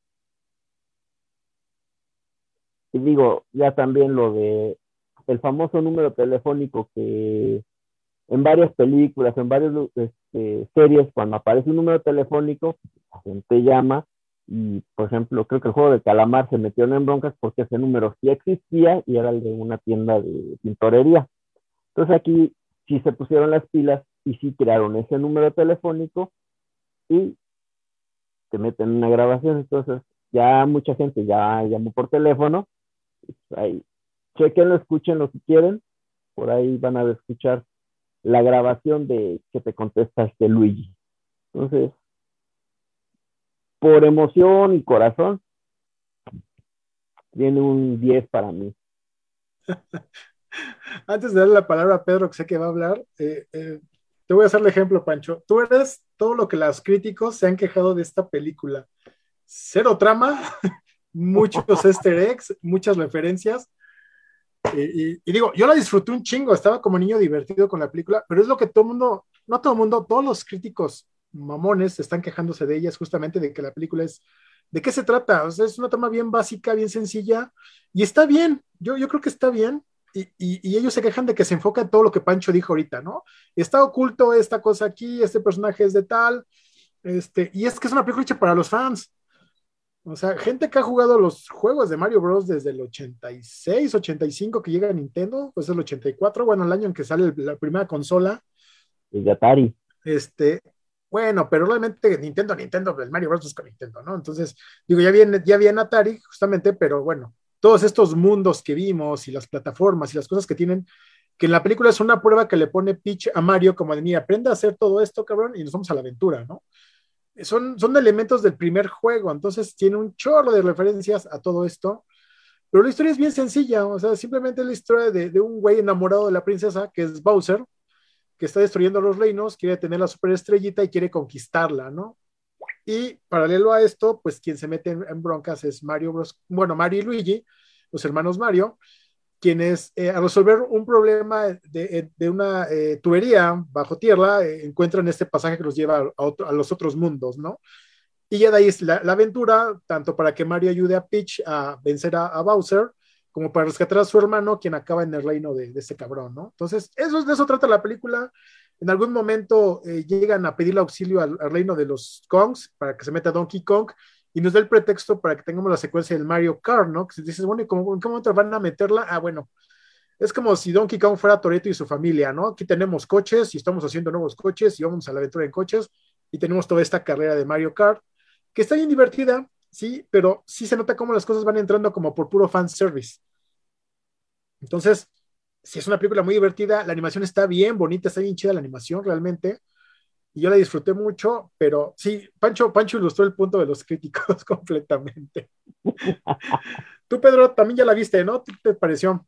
Y digo, ya también lo de el famoso número telefónico que en varias películas, en varias este, series, cuando aparece un número telefónico, la gente llama y, por ejemplo, creo que el juego de Calamar se metió en broncas porque ese número sí existía y era el de una tienda de tintorería. Entonces aquí sí se pusieron las pilas y sí crearon ese número telefónico y te meten una grabación. Entonces ya mucha gente ya llamó por teléfono. Ahí, chequenlo, escúchenlo si quieren. Por ahí van a escuchar la grabación de que te contesta este Luigi. Entonces, por emoción y corazón, tiene un diez para mí. Antes de darle la palabra a Pedro, que sé que va a hablar, eh, eh, te voy a hacer el ejemplo, Pancho. Tú eres todo lo que los críticos se han quejado de esta película. Cero trama, muchos easter eggs, muchas referencias. Y, y, y digo, yo la disfruté un chingo, estaba como niño divertido con la película, pero es lo que todo el mundo, no todo el mundo, todos los críticos mamones están quejándose de ellas, justamente de que la película es, ¿de qué se trata? O sea, es una trama bien básica, bien sencilla, y está bien, yo, yo creo que está bien, y, y, y ellos se quejan de que se enfoca en todo lo que Pancho dijo ahorita, ¿no? Está oculto esta cosa aquí, este personaje es de tal, este, y es que es una película hecha para los fans. O sea, gente que ha jugado los juegos de Mario Bros. Desde el ochenta y seis, ochenta y cinco que llega a Nintendo, pues es el ochenta y cuatro, bueno, el año en que sale la primera consola. El de Atari. Este, bueno, pero realmente Nintendo, Nintendo, el Mario Bros. Es con Nintendo, ¿no? Entonces, digo, ya viene, ya viene Atari, justamente, pero bueno, todos estos mundos que vimos y las plataformas y las cosas que tienen, que en la película es una prueba que le pone Peach a Mario como de, mira, aprende a hacer todo esto, cabrón, y nos vamos a la aventura, ¿no? Son, son elementos del primer juego, entonces tiene un chorro de referencias a todo esto, pero la historia es bien sencilla, o sea, simplemente es la historia de, de un güey enamorado de la princesa, que es Bowser, que está destruyendo los reinos, quiere tener la superestrellita y quiere conquistarla, ¿no? Y paralelo a esto, pues quien se mete en, en broncas es Mario Bros, bueno, Mario y Luigi, los hermanos Mario, quienes eh, a resolver un problema de, de una eh, tubería bajo tierra, eh, encuentran este pasaje que los lleva a, otro, a los otros mundos, ¿no? Y ya de ahí es la, la aventura, tanto para que Mario ayude a Peach a vencer a, a Bowser, como para rescatar a su hermano, quien acaba en el reino de, de ese cabrón, ¿no? Entonces, eso, de eso trata la película. En algún momento eh, llegan a pedirle auxilio al, al reino de los Kongs para que se meta Donkey Kong, y nos da el pretexto para que tengamos la secuencia del Mario Kart, ¿no? Que si dices, bueno, ¿y cómo, en qué momento van a meterla? Ah, bueno, Es como si Donkey Kong fuera Toretto y su familia, ¿no? Aquí tenemos coches y estamos haciendo nuevos coches y vamos a la aventura en coches y tenemos toda esta carrera de Mario Kart, que está bien divertida, sí, pero sí se nota cómo las cosas van entrando como por puro fanservice. Entonces, sí es una película muy divertida, la animación está bien bonita, está bien chida la animación realmente, y yo la disfruté mucho, pero sí, Pancho, Pancho ilustró el punto de los críticos completamente. Tú, Pedro, también ya la viste, ¿no? ¿Qué te pareció?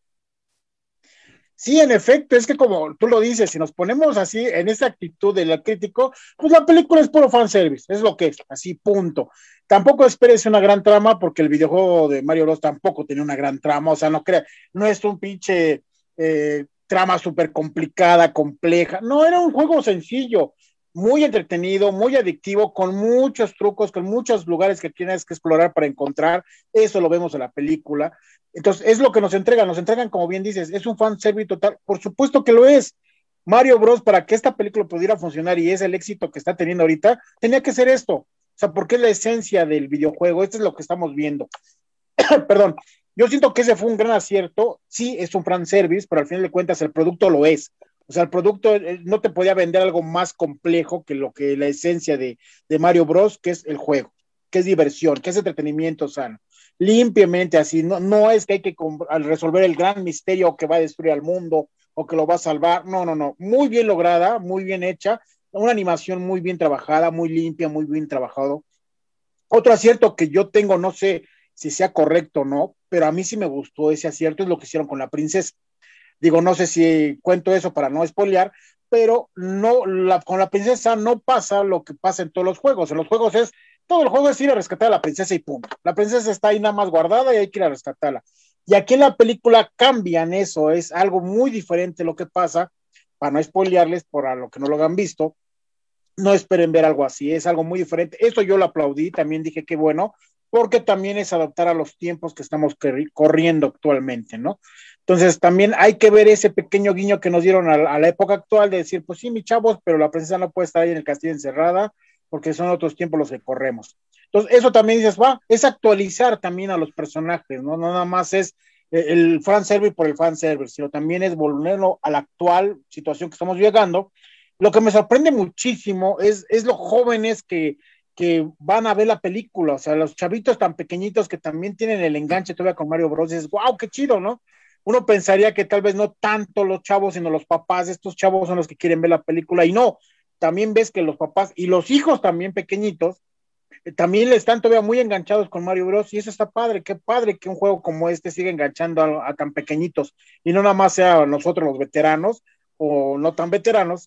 Sí, en efecto, es que como tú lo dices, si nos ponemos así en esa actitud del crítico, pues la película es puro fanservice, es lo que es, así punto. Tampoco esperes una gran trama, porque el videojuego de Mario Bros. Tampoco tenía una gran trama, o sea, no crea, no es un pinche eh, trama súper complicada, compleja, no, era un juego sencillo, muy entretenido, muy adictivo, con muchos trucos, con muchos lugares que tienes que explorar para encontrar, eso lo vemos en la película. Entonces, es lo que nos entregan, nos entregan, como bien dices, es un fanservice total, por supuesto que lo es. Mario Bros, para que esta película pudiera funcionar y es el éxito que está teniendo ahorita, tenía que ser esto, o sea, porque es la esencia del videojuego, esto es lo que estamos viendo. Perdón, yo siento que ese fue un gran acierto, sí, es un fanservice, pero al final de cuentas el producto lo es. O sea, el producto no te podía vender algo más complejo que lo que la esencia de, de Mario Bros, que es el juego, que es diversión, que es entretenimiento sano. Limpiamente así, no, no es que hay que al resolver el gran misterio que va a destruir al mundo o que lo va a salvar, no, no, no, muy bien lograda, muy bien hecha, una animación muy bien trabajada, muy limpia, muy bien trabajado. Otro acierto que yo tengo, no sé si sea correcto o no, pero a mí sí me gustó ese acierto, es lo que hicieron con la princesa. Digo, no sé si cuento eso para no spoilear, pero no, la, con la princesa no pasa lo que pasa en todos los juegos. En los juegos es, todo el juego es ir a rescatar a la princesa y pum. La princesa está ahí nada más guardada y hay que ir a rescatarla. Y aquí en la película cambian eso, es algo muy diferente lo que pasa, para no spoilearles, por a lo que no lo han visto, no esperen ver algo así, es algo muy diferente. Eso yo lo aplaudí, también dije que bueno, porque también es adaptar a los tiempos que estamos corriendo actualmente, ¿no? Entonces también hay que ver ese pequeño guiño que nos dieron a la, a la época actual de decir, pues sí, mis chavos, pero la princesa no puede estar ahí en el castillo encerrada porque son otros tiempos los que corremos. Entonces eso también dices, va, es actualizar también a los personajes, ¿no? No nada más es el fanservice por el fanservice, sino también es volverlo a la actual situación que estamos llegando. Lo que me sorprende muchísimo es, es los jóvenes que, que van a ver la película, o sea, los chavitos tan pequeñitos que también tienen el enganche todavía con Mario Bros. Es wow, qué chido, ¿no? Uno pensaría que tal vez no tanto los chavos, sino los papás de estos chavos son los que quieren ver la película, y no, también ves que los papás y los hijos también pequeñitos, eh, también están todavía muy enganchados con Mario Bros. Y eso está padre, qué padre que un juego como este siga enganchando a, a tan pequeñitos, y no nada más sea nosotros los veteranos, o no tan veteranos,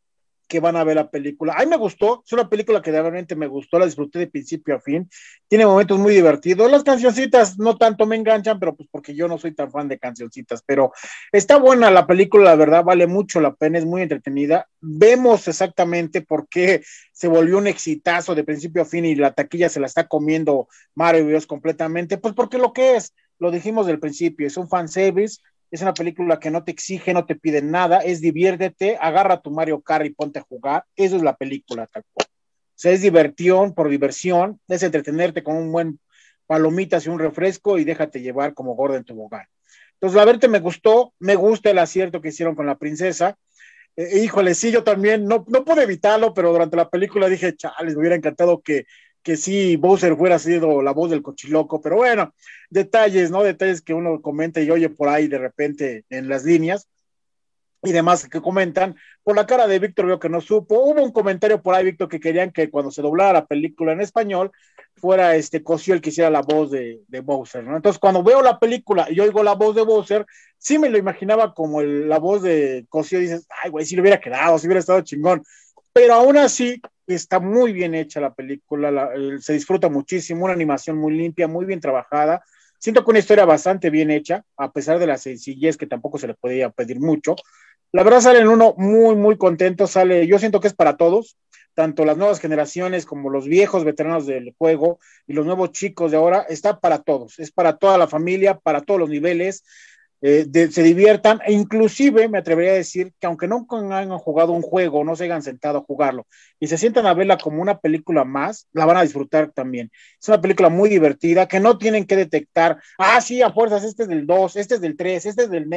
que van a ver la película. A mí me gustó, es una película que realmente me gustó, la disfruté de principio a fin, tiene momentos muy divertidos, las cancioncitas no tanto me enganchan, pero pues porque yo no soy tan fan de cancioncitas, pero está buena la película, la verdad, vale mucho la pena, es muy entretenida, vemos exactamente por qué se volvió un exitazo de principio a fin y la taquilla se la está comiendo Mario Bros. Completamente, pues porque lo que es, lo dijimos del principio, es un fanservice. Es una película que no te exige, no te pide nada, es diviértete, agarra tu Mario Kart y ponte a jugar, eso es la película tal cual. O sea, es diversión por diversión, es entretenerte con un buen palomitas y un refresco y déjate llevar como gordo en tu tobogán. Entonces, la verdad me gustó, me gusta el acierto que hicieron con la princesa. Eh, híjole, sí, yo también, no, no pude evitarlo, pero durante la película dije, chales, me hubiera encantado que que sí, Bowser fuera sido la voz del cochiloco, pero bueno, detalles, ¿no? Detalles que uno comenta y oye por ahí de repente en las líneas y demás que comentan. Por la cara de Víctor veo que no supo. Hubo un comentario por ahí, Víctor, que querían que cuando se doblara la película en español fuera este Cosío el que hiciera la voz de, de Bowser, ¿no? Entonces, cuando veo la película y oigo la voz de Bowser, sí me lo imaginaba como el, la voz de Cosío, dices, ay, güey, si le hubiera quedado, si hubiera estado chingón. Pero aún así, está muy bien hecha la película, la, el, se disfruta muchísimo, una animación muy limpia, muy bien trabajada. Siento que una historia bastante bien hecha, a pesar de la sencillez que tampoco se le podía pedir mucho. La verdad salen uno muy, muy contento, sale, yo siento que es para todos, tanto las nuevas generaciones como los viejos veteranos del juego y los nuevos chicos de ahora, está para todos, es para toda la familia, para todos los niveles. Eh, de, se diviertan, e inclusive me atrevería a decir que aunque no hayan jugado un juego, no se hayan sentado a jugarlo y se sientan a verla como una película más, la van a disfrutar también. Es una película muy divertida, que no tienen que detectar, ah, sí, a fuerzas, este es del dos, este es del tres, este es del N E S.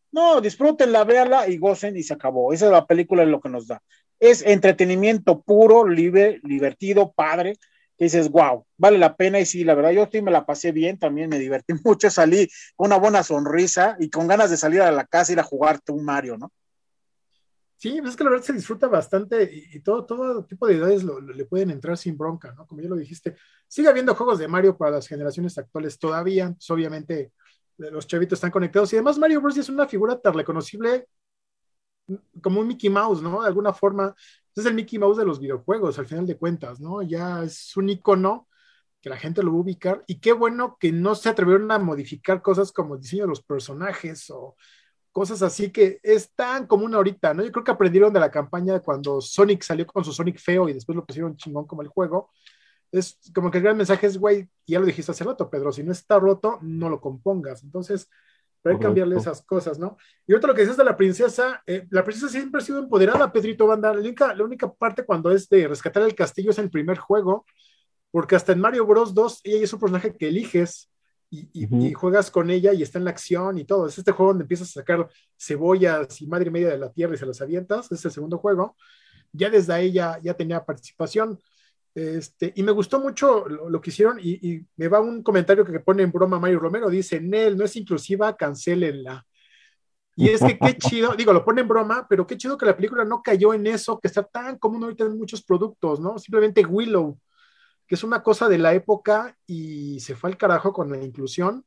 No, disfrútenla, véanla y gocen y se acabó. Esa es la película, es lo que nos da. Es entretenimiento puro, libre, divertido, padre, que dices, wow, vale la pena. Y sí, la verdad, yo sí me la pasé bien, también me divertí mucho, salí con una buena sonrisa y con ganas de salir a la casa y ir a jugarte un Mario, ¿no? Sí, pues es que la verdad se disfruta bastante y, y todo, todo tipo de edades lo, lo- le pueden entrar sin bronca, ¿no? Como ya lo dijiste, sigue habiendo juegos de Mario para las generaciones actuales todavía, pues obviamente eh, los chavitos están conectados y además Mario Bros. Es una figura tan reconocible como un Mickey Mouse, ¿no? De alguna forma, es el Mickey Mouse de los videojuegos, al final de cuentas, ¿no? Ya es un icono que la gente lo va a ubicar y qué bueno que no se atrevieron a modificar cosas como el diseño de los personajes o cosas así que es tan común ahorita, ¿no? Yo creo que aprendieron de la campaña cuando Sonic salió con su Sonic feo y después lo pusieron chingón como el juego. Es como que el gran mensaje es, güey, ya lo dijiste hace rato, Pedro, si no está roto, no lo compongas. Entonces, pero hay que cambiarle Correcto. esas cosas, ¿no? Y otro lo que dices de la princesa, eh, la princesa siempre ha sido empoderada, Pedrito Banda. La única, la única parte cuando es de rescatar el castillo es en el primer juego, porque hasta en Mario Bros. dos ella es un personaje que eliges y, y, y, Ujú. juegas con ella y está en la acción y todo. Es este juego donde empiezas a sacar cebollas y madre y media de la tierra y se las avientas. Es el segundo juego. Ya desde ahí ya, ya tenía participación. Este, y me gustó mucho lo, lo que hicieron y, y, me va un comentario que pone en broma Mario Romero, dice, Nel, no es inclusiva, cancelenla. Y es que qué chido, digo, lo pone en broma, pero qué chido que la película no cayó en eso, que está tan común ahorita en muchos productos, ¿no? Simplemente Willow, que es una cosa de la época y se fue al carajo con la inclusión.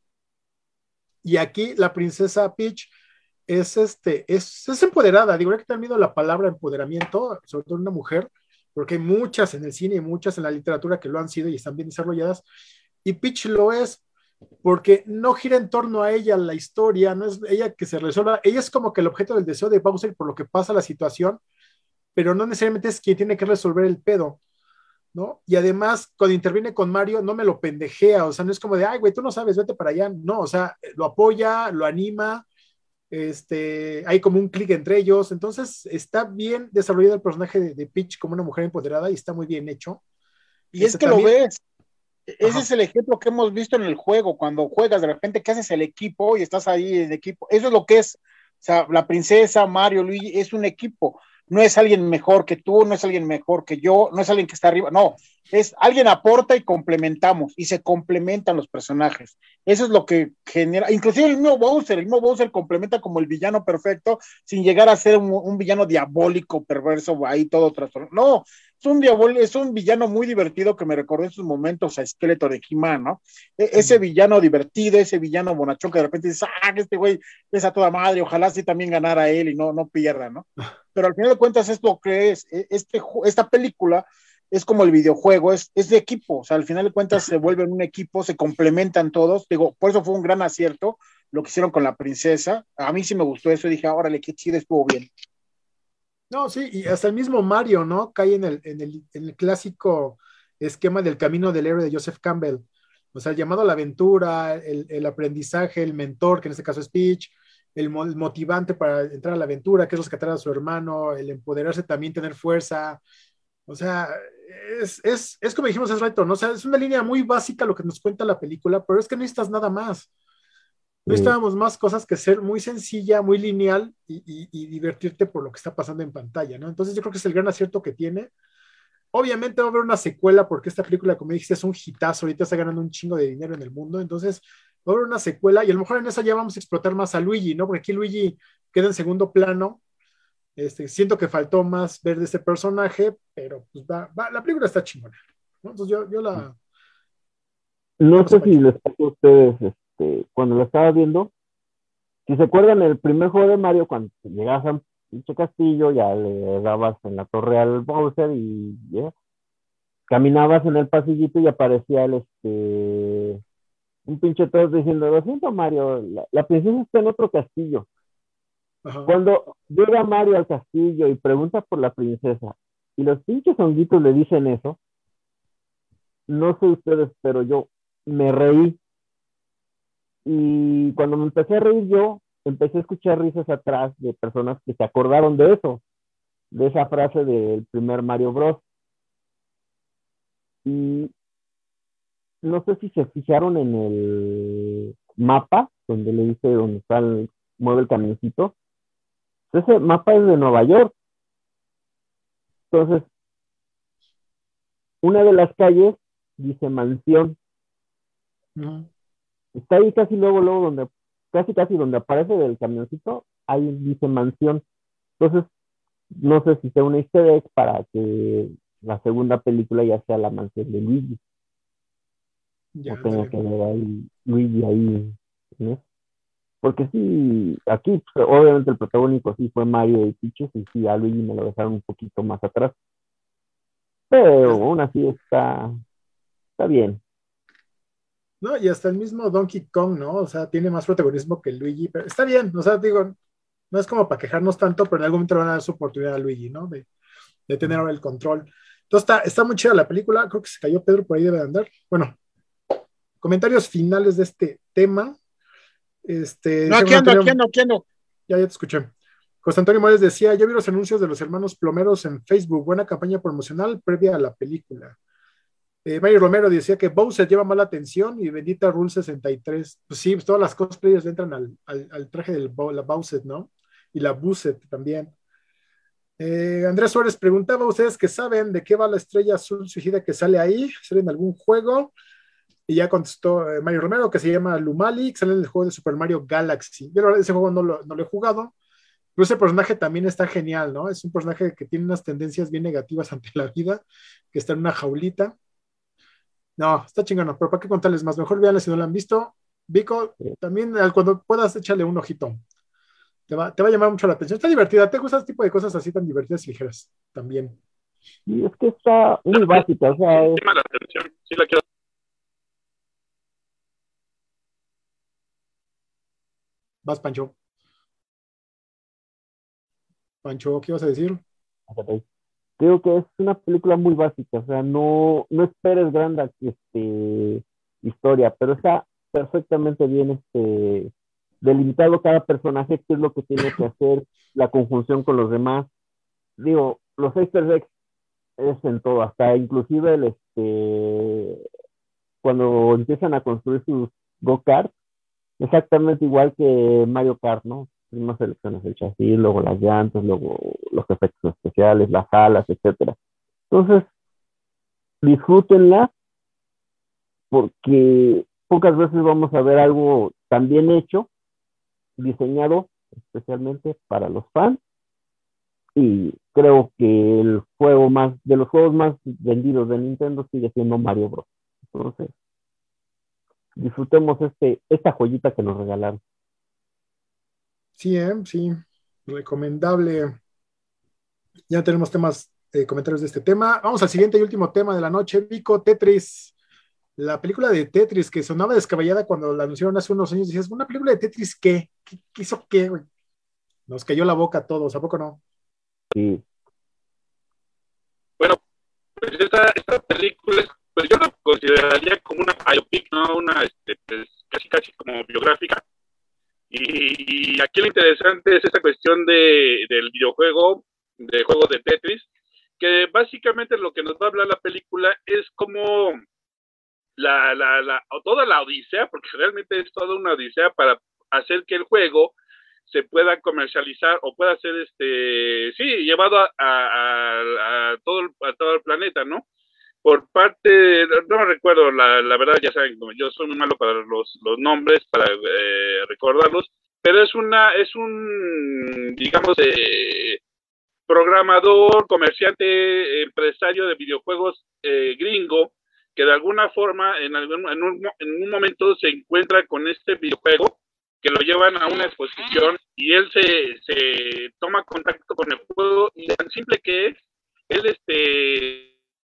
Y aquí la princesa Peach es, este, es, es empoderada. Digo, que te han miedo la palabra empoderamiento, sobre todo en una mujer, porque hay muchas en el cine y muchas en la literatura que lo han sido y están bien desarrolladas. Y Peach lo es porque no gira en torno a ella la historia, no es ella que se resuelva. Ella es como que el objeto del deseo de Bowser por lo que pasa la situación, pero no necesariamente es quien tiene que resolver el pedo. ¿No? Y además, cuando interviene con Mario, no me lo pendejea, o sea, no es como de, ay, güey, tú no sabes, vete para allá, no, o sea, lo apoya, lo anima, este, hay como un clic entre ellos, entonces está bien desarrollado el personaje de, de Peach como una mujer empoderada y está muy bien hecho. Y es Este que lo también, ves, ese ajá, es el ejemplo que hemos visto en el juego, cuando juegas de repente que haces el equipo y estás ahí en equipo, eso es lo que es, o sea, la princesa, Mario, Luigi, es un equipo, no es alguien mejor que tú, no es alguien mejor que yo, no es alguien que está arriba, no, es alguien aporta y complementamos, y se complementan los personajes, eso es lo que genera, inclusive el mismo Bowser, el mismo Bowser complementa como el villano perfecto, sin llegar a ser un, un villano diabólico, perverso, ahí todo trastorno, no, es un, diabol, es un villano muy divertido que me recordó en sus momentos a Skeletor de He-Man, ¿no? E ese villano divertido, ese villano bonachón que de repente dices, ah, este güey es a toda madre, ojalá sí también ganara él y no, no pierda, ¿no? Pero al final de cuentas es lo que es, este, esta película es como el videojuego, es, es de equipo, o sea, al final de cuentas se vuelven un equipo, se complementan todos, digo, por eso fue un gran acierto lo que hicieron con la princesa, a mí sí me gustó eso, y dije, órale, qué chido, estuvo bien. no, sí, y hasta el mismo Mario, ¿no? Cae en el, en el, en el clásico esquema del camino del héroe de Joseph Campbell. O sea, el llamado a la aventura, el, el aprendizaje, el mentor, que en este caso es Peach, el, mo- el motivante para entrar a la aventura, que es rescatar a su hermano, el empoderarse también, tener fuerza. O sea, es, es, es como dijimos hace rato, ¿no? O sea, es una línea muy básica lo que nos cuenta la película, pero es que no necesitas nada más. No Sí. estábamos más cosas que ser muy sencilla, muy lineal y, y, y, divertirte por lo que está pasando en pantalla, ¿no? Entonces yo creo que es el gran acierto que tiene. Obviamente va a haber una secuela porque esta película, como dijiste, es un hitazo, ahorita está ganando un chingo de dinero en el mundo, entonces va a haber una secuela y a lo mejor en esa ya vamos a explotar más a Luigi, ¿no? Porque aquí Luigi queda en segundo plano. Este, siento que faltó más ver de este personaje, pero pues va, va, la película está chingona, ¿no? Entonces yo, yo la, No digamos, sé si apaño. les pasó a ustedes, este, cuando lo estaba viendo, si se acuerdan el primer juego de Mario, cuando llegabas a un pinche castillo, ya le dabas en la torre al Bowser y ya, caminabas en el pasillito y aparecía el, este, un pinche todos diciendo, lo siento Mario, la, la princesa está en otro castillo. Ajá. Cuando llega Mario al castillo y pregunta por la princesa, y los pinches honguitos le dicen eso, no sé ustedes, pero yo me reí. Y cuando me empecé a reír yo, empecé a escuchar risas atrás de personas que se acordaron de eso, de esa frase del primer Mario Bros. Y no sé si se fijaron en el mapa, donde le dice dónde está el, mueve el camioncito, ese mapa es de Nueva York. Entonces, una de las calles dice mansión. Uh-huh. Está ahí casi luego, luego, donde, casi, casi donde aparece del camioncito, ahí dice mansión. Entonces, no sé si sea una easter egg para que la segunda película ya sea la mansión de Luigi. Ya, O tenga dale. que ver ahí Luigi ahí, ¿no? Porque sí, aquí pues, obviamente el protagónico sí fue Mario y Peaches, y sí, a Luigi me lo dejaron un poquito más atrás. Pero aún así está, está bien. No, y hasta el mismo Donkey Kong, ¿no? O sea, tiene más protagonismo que Luigi, pero está bien, o sea, digo, no es como para quejarnos tanto, pero en algún momento le van a dar su oportunidad a Luigi, ¿no? De, de tener ahora el control. Entonces está, está muy chida la película, creo que se cayó Pedro, por ahí debe de andar. Bueno, comentarios finales de este tema. Este, No, dice aquí José ando, Antonio, aquí ando, aquí ando. ya, ya te escuché. José Antonio Morales decía, yo vi los anuncios de los hermanos plomeros en Facebook, buena campaña promocional previa a la película. Eh, Mario Romero decía que Bowser lleva mala atención y bendita Rule sesenta y tres. Pues sí, pues todas las cosplayers entran al, al, al traje del la Bowser, ¿no? Y la Bowser también. Eh, Andrés Suárez preguntaba, ¿ustedes que saben de qué va la estrella azul suicida que sale ahí? ¿Sale en algún juego? Y ya contestó eh, Mario Romero, que se llama Lumali, que sale en el juego de Super Mario Galaxy. Yo la verdad ese juego no lo, no lo he jugado, pero ese personaje también está genial, ¿no? Es un personaje que tiene unas tendencias bien negativas ante la vida, que está en una jaulita. No, está chingón, pero ¿para qué contarles más? Mejor véanla si no la han visto. Vico, también cuando puedas, échale un ojito. Te va, te va a llamar mucho la atención. Está divertida. ¿Te gusta este tipo de cosas así tan divertidas y ligeras? También. Y es que está muy básica, o sea, es... llama la atención, sí la quiero. Vas, Pancho. Pancho, ¿qué vas a decir? Creo que es una película muy básica, o sea, no, no esperes gran este, historia, pero está perfectamente bien este, delimitado cada personaje, qué es lo que tiene que hacer, la conjunción con los demás. Digo, los easter eggs es en todo, hasta inclusive el, este, cuando empiezan a construir sus go-karts, exactamente igual que Mario Kart, ¿no? Primero seleccionas el chasis, luego las llantas, luego los efectos especiales, las alas, etcétera. Entonces, disfrútenla, porque pocas veces vamos a ver algo tan bien hecho, diseñado especialmente para los fans, y creo que el juego más, de los juegos más vendidos de Nintendo sigue siendo Mario Bros. Entonces, disfrutemos este, esta joyita que nos regalaron. Sí, ¿eh? Sí, recomendable. Ya tenemos temas, eh, comentarios de este tema. Vamos al siguiente y último tema de la noche. Vico, Tetris. La película de Tetris que sonaba descabellada cuando la anunciaron hace unos años. Decías, ¿una película de Tetris qué? ¿Qué, qué hizo qué, güey? Nos cayó la boca a todos, ¿a poco no? Sí. Bueno, pues esta, esta película, pues yo la consideraría como una biopic, ¿no? Una, este, pues, casi casi como biográfica. Y, y aquí lo interesante es esta cuestión de, del videojuego, del juego de Tetris, que básicamente lo que nos va a hablar la película es como la, la, la, toda la odisea, porque realmente es toda una odisea para hacer que el juego se pueda comercializar o pueda ser, este, sí, llevado a, a, a, todo, el, a todo el planeta, ¿no? Por parte, no me recuerdo, la, la verdad, ya saben, yo soy muy malo para los, los nombres, para eh, recordarlos, pero es una, es un, digamos, eh, programador, comerciante, empresario de videojuegos eh, gringo, que de alguna forma, en, algún, en, un, en un momento se encuentra con este videojuego, que lo llevan a una exposición y él se, se toma contacto con el juego y tan simple que es, él este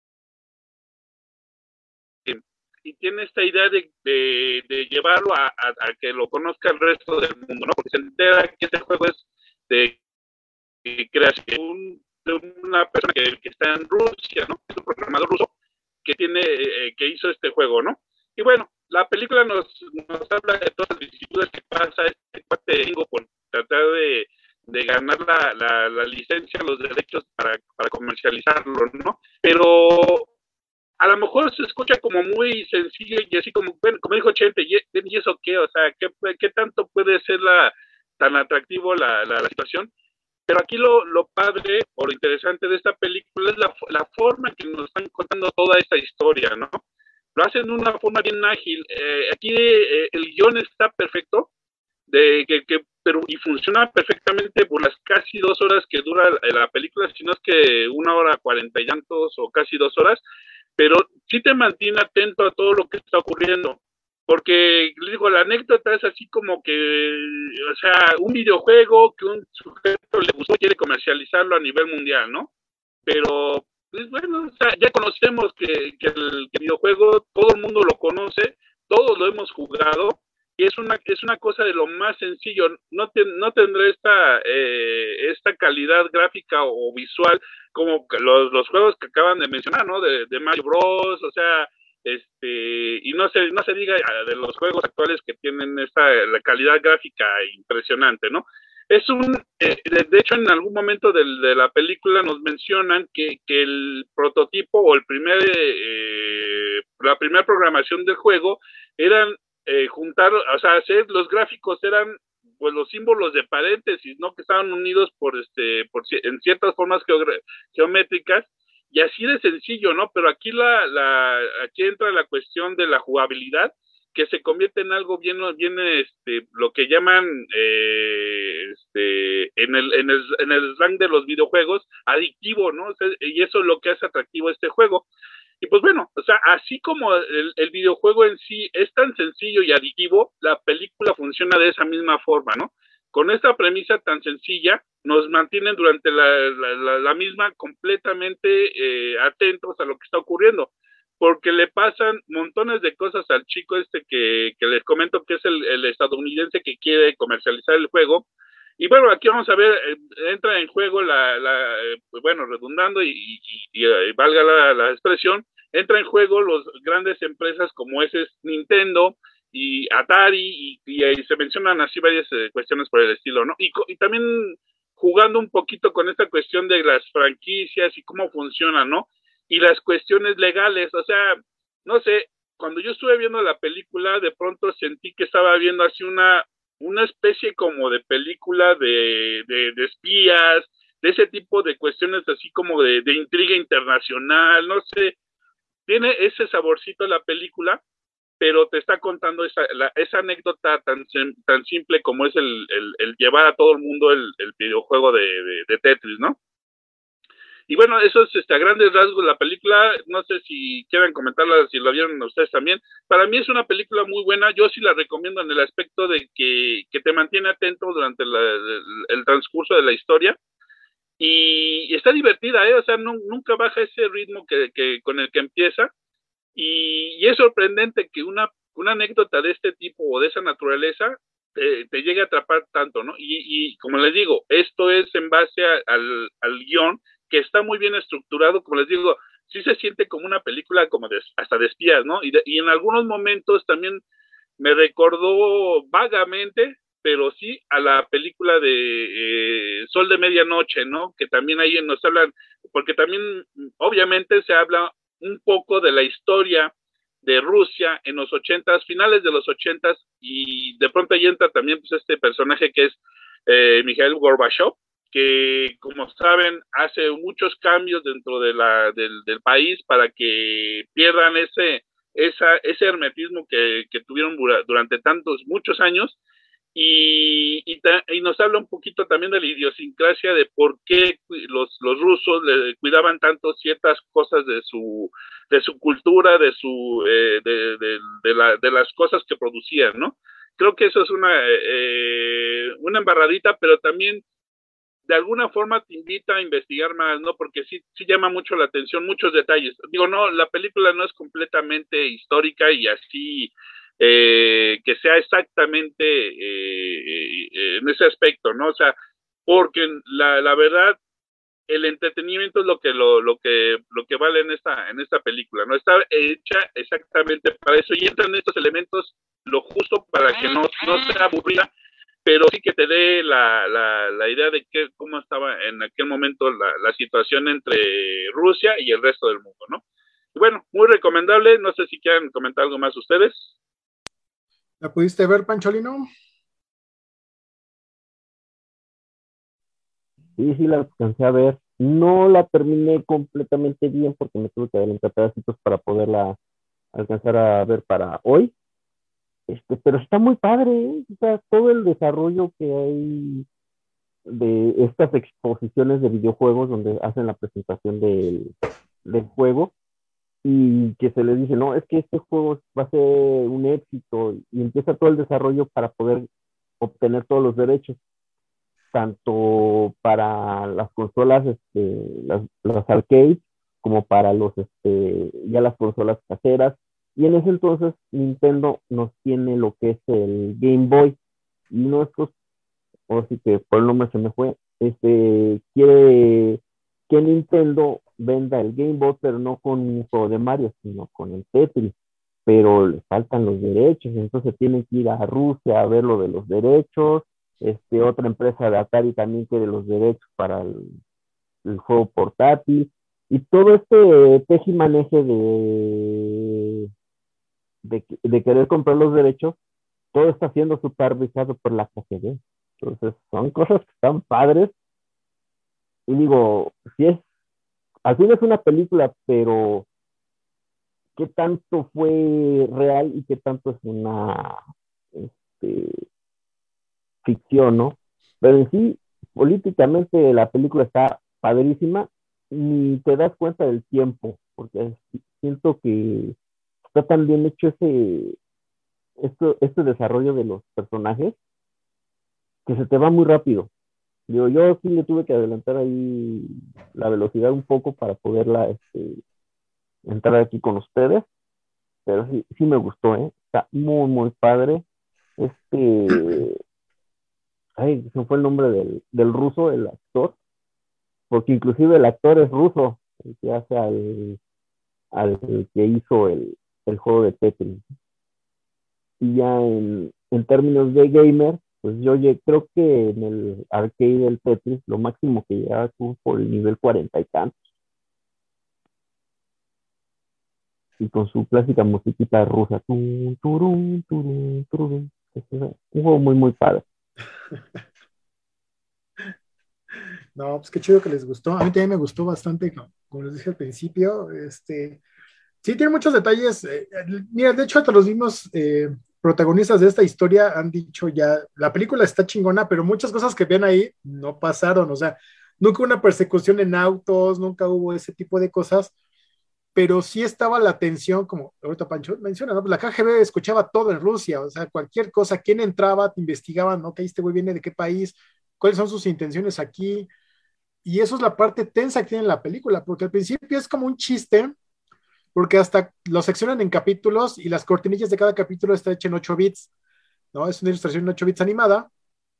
y tiene esta idea de, de, de llevarlo a, a, a que lo conozca el resto del mundo, ¿no? Porque se entera que este juego es de, de creación de una persona que, que está en Rusia, ¿no? Es un programador ruso que tiene, eh, que hizo este juego, ¿no? Y bueno, la película nos, nos habla de todas las vicisitudes que pasa este cuate gringo por tratar de, de ganar la, la, la licencia, los derechos para, para comercializarlo, ¿no? Pero a lo mejor se escucha como muy sencillo y así como, bueno, como dijo Chente, ¿y, y eso qué? O sea, ¿qué, qué tanto puede ser la, tan atractivo la, la, la situación. Pero aquí lo, lo padre o lo interesante de esta película es la, la forma en que nos están contando toda esta historia, ¿no? Lo hacen de una forma bien ágil. Eh, aquí eh, el guión está perfecto, de que, que, pero y funciona perfectamente por las casi dos horas que dura la, la película, si no es que una hora cuarenta y tantos o casi dos horas, pero sí te mantiene atento a todo lo que está ocurriendo. Porque, les digo, la anécdota es así como que, o sea, un videojuego que un sujeto le gustó, quiere comercializarlo a nivel mundial, ¿no? Pero, pues bueno, o sea, ya conocemos que, que el que videojuego, todo el mundo lo conoce, todos lo hemos jugado, y es una, es una cosa de lo más sencillo, no, te, no tendré esta, eh, esta calidad gráfica o visual como los, los juegos que acaban de mencionar, ¿no? De, de Mario Bros, o sea, este, y no se, no se diga de los juegos actuales que tienen esta la calidad gráfica impresionante, ¿no? Es un, eh, de, de hecho en algún momento de, de la película nos mencionan que, que el prototipo o el primer, eh, la primera programación del juego eran eh, juntar, o sea, hacer los gráficos eran pues los símbolos de paréntesis, ¿no? Que estaban unidos por este, por en ciertas formas geométricas. Y así de sencillo, ¿no? Pero aquí la, la, aquí entra la cuestión de la jugabilidad, que se convierte en algo bien, bien este, lo que llaman eh, este, en el, en el, en el slang de los videojuegos, adictivo, ¿no? O sea, y eso es lo que hace atractivo este juego. Y pues bueno, o sea, así como el, el videojuego en sí es tan sencillo y adictivo, la película funciona de esa misma forma, ¿no? Con esta premisa tan sencilla, nos mantienen durante la, la, la, la misma completamente eh, atentos a lo que está ocurriendo, porque le pasan montones de cosas al chico este que, que les comento que es el, el estadounidense que quiere comercializar el juego. Y bueno, aquí vamos a ver, eh, entra en juego la, la eh, bueno, redundando y, y, y, y valga la, la expresión, entra en juego las grandes empresas como ese es Nintendo y Atari, y, y, y se mencionan así varias eh, cuestiones por el estilo, ¿no? Y, y también jugando un poquito con esta cuestión de las franquicias y cómo funcionan, ¿no? Y las cuestiones legales, o sea, no sé, cuando yo estuve viendo la película, de pronto sentí que estaba viendo así una, una especie como de película de, de, de espías, de ese tipo de cuestiones así como de, de intriga internacional, no sé, tiene ese saborcito la película, pero te está contando esa, la, esa anécdota tan, tan simple como es el, el, el llevar a todo el mundo el, el videojuego de, de, de Tetris, ¿no? Y bueno, eso es este, a grandes rasgos la película, no sé si quieran comentarla, si la vieron ustedes también. Para mí es una película muy buena, yo sí la recomiendo en el aspecto de que, que te mantiene atento durante la, el, el transcurso de la historia, y, y está divertida, ¿eh? O sea, no, nunca baja ese ritmo que, que, con el que empieza, y, y es sorprendente que una, una anécdota de este tipo o de esa naturaleza te, te llegue a atrapar tanto, ¿no? Y, y como les digo, esto es en base a, al, al guión, que está muy bien estructurado, como les digo, sí se siente como una película como de, hasta de espías, ¿no? Y, de, y en algunos momentos también me recordó vagamente, pero sí a la película de eh, Sol de Medianoche, ¿no? Que también ahí nos hablan, porque también obviamente se habla un poco de la historia de Rusia en los ochentas, finales de los ochentas, y de pronto ahí entra también pues este personaje que es eh, Mikhail Gorbachev, que como saben hace muchos cambios dentro de la, del, del país para que pierdan ese, esa, ese hermetismo que, que tuvieron durante tantos, muchos años, y, y, y nos habla un poquito también de la idiosincrasia de por qué los, los rusos le cuidaban tanto ciertas cosas de su, de su cultura, de, su, eh, de, de, de, la, de las cosas que producían, ¿no? Creo que eso es una, eh, una embarradita, pero también de alguna forma te invita a investigar más, ¿no? Porque sí, sí llama mucho la atención, muchos detalles. Digo, no, la película no es completamente histórica y así eh, que sea exactamente eh, eh, en ese aspecto, ¿no? O sea, porque la, la verdad, el entretenimiento es lo que lo, lo que lo que vale en esta en esta película, ¿no? Está hecha exactamente para eso y entran estos elementos lo justo para que no, no sea aburrida, pero sí que te dé la, la, la idea de que, cómo estaba en aquel momento la, la situación entre Rusia y el resto del mundo, ¿no? Y bueno, muy recomendable, no sé si quieren comentar algo más ustedes. ¿La pudiste ver, Pancholino? Sí, sí, la alcancé a ver. No la terminé completamente bien porque me tuve que adelantar pedacitos para poderla alcanzar a ver para hoy. Este, pero está muy padre, ¿eh? O sea, todo el desarrollo que hay de estas exposiciones de videojuegos donde hacen la presentación del, del juego y que se les dice, no, es que este juego va a ser un éxito y empieza todo el desarrollo para poder obtener todos los derechos, tanto para las consolas, este, las, las arcades, como para los, este, ya las consolas caseras. Y en ese entonces Nintendo nos tiene lo que es el Game Boy. Y uno de estos, o sí que por el nombre se me fue, este, quiere que Nintendo venda el Game Boy, pero no con un juego de Mario, sino con el Tetris. Pero le faltan los derechos, entonces tienen que ir a Rusia a ver lo de los derechos. Este, otra empresa de Atari también quiere los derechos para el, el juego portátil. Y todo este tejimaneje de, de, de querer comprar los derechos, todo está siendo supervisado por la K G B. Entonces, son cosas que están padres. Y digo, si es, al fin es una película, pero qué tanto fue real y qué tanto es una este, ficción, ¿no? Pero en sí, políticamente la película está padrísima y te das cuenta del tiempo, porque siento que está tan bien hecho ese, esto, este desarrollo de los personajes que se te va muy rápido. Digo, yo sí le tuve que adelantar ahí la velocidad un poco para poderla este, entrar aquí con ustedes, pero sí, sí me gustó, ¿eh? Está muy, muy padre. Este, ay, se me fue el nombre del, del ruso, el actor, porque inclusive el actor es ruso, el que hace al, al que hizo el, el juego de Tetris. Y ya en, en términos de gamer, pues yo creo que en el arcade del Tetris, lo máximo que llegaba fue por el nivel cuarenta y tantos. Y con su clásica musiquita rusa. Tum, turum, turum, turum. Es un juego muy, muy padre. No, pues qué chido que les gustó. A mí también me gustó bastante, como, como les dije al principio. Este, sí, tiene muchos detalles. Eh, mira, de hecho, hasta los mismos eh, protagonistas de esta historia han dicho ya, la película está chingona, pero muchas cosas que ven ahí no pasaron. O sea, nunca hubo una persecución en autos, nunca hubo ese tipo de cosas, pero sí estaba la tensión, como ahorita Pancho menciona, ¿no? La K G B escuchaba todo en Rusia, o sea, cualquier cosa, quién entraba, te investigaban, ¿no? Que este güey viene de qué país, cuáles son sus intenciones aquí, y eso es la parte tensa que tiene la película, porque al principio es como un chiste, porque hasta lo seccionan en capítulos y las cortinillas de cada capítulo está hecha en ocho bits, ¿no? Es una ilustración en ocho bits animada,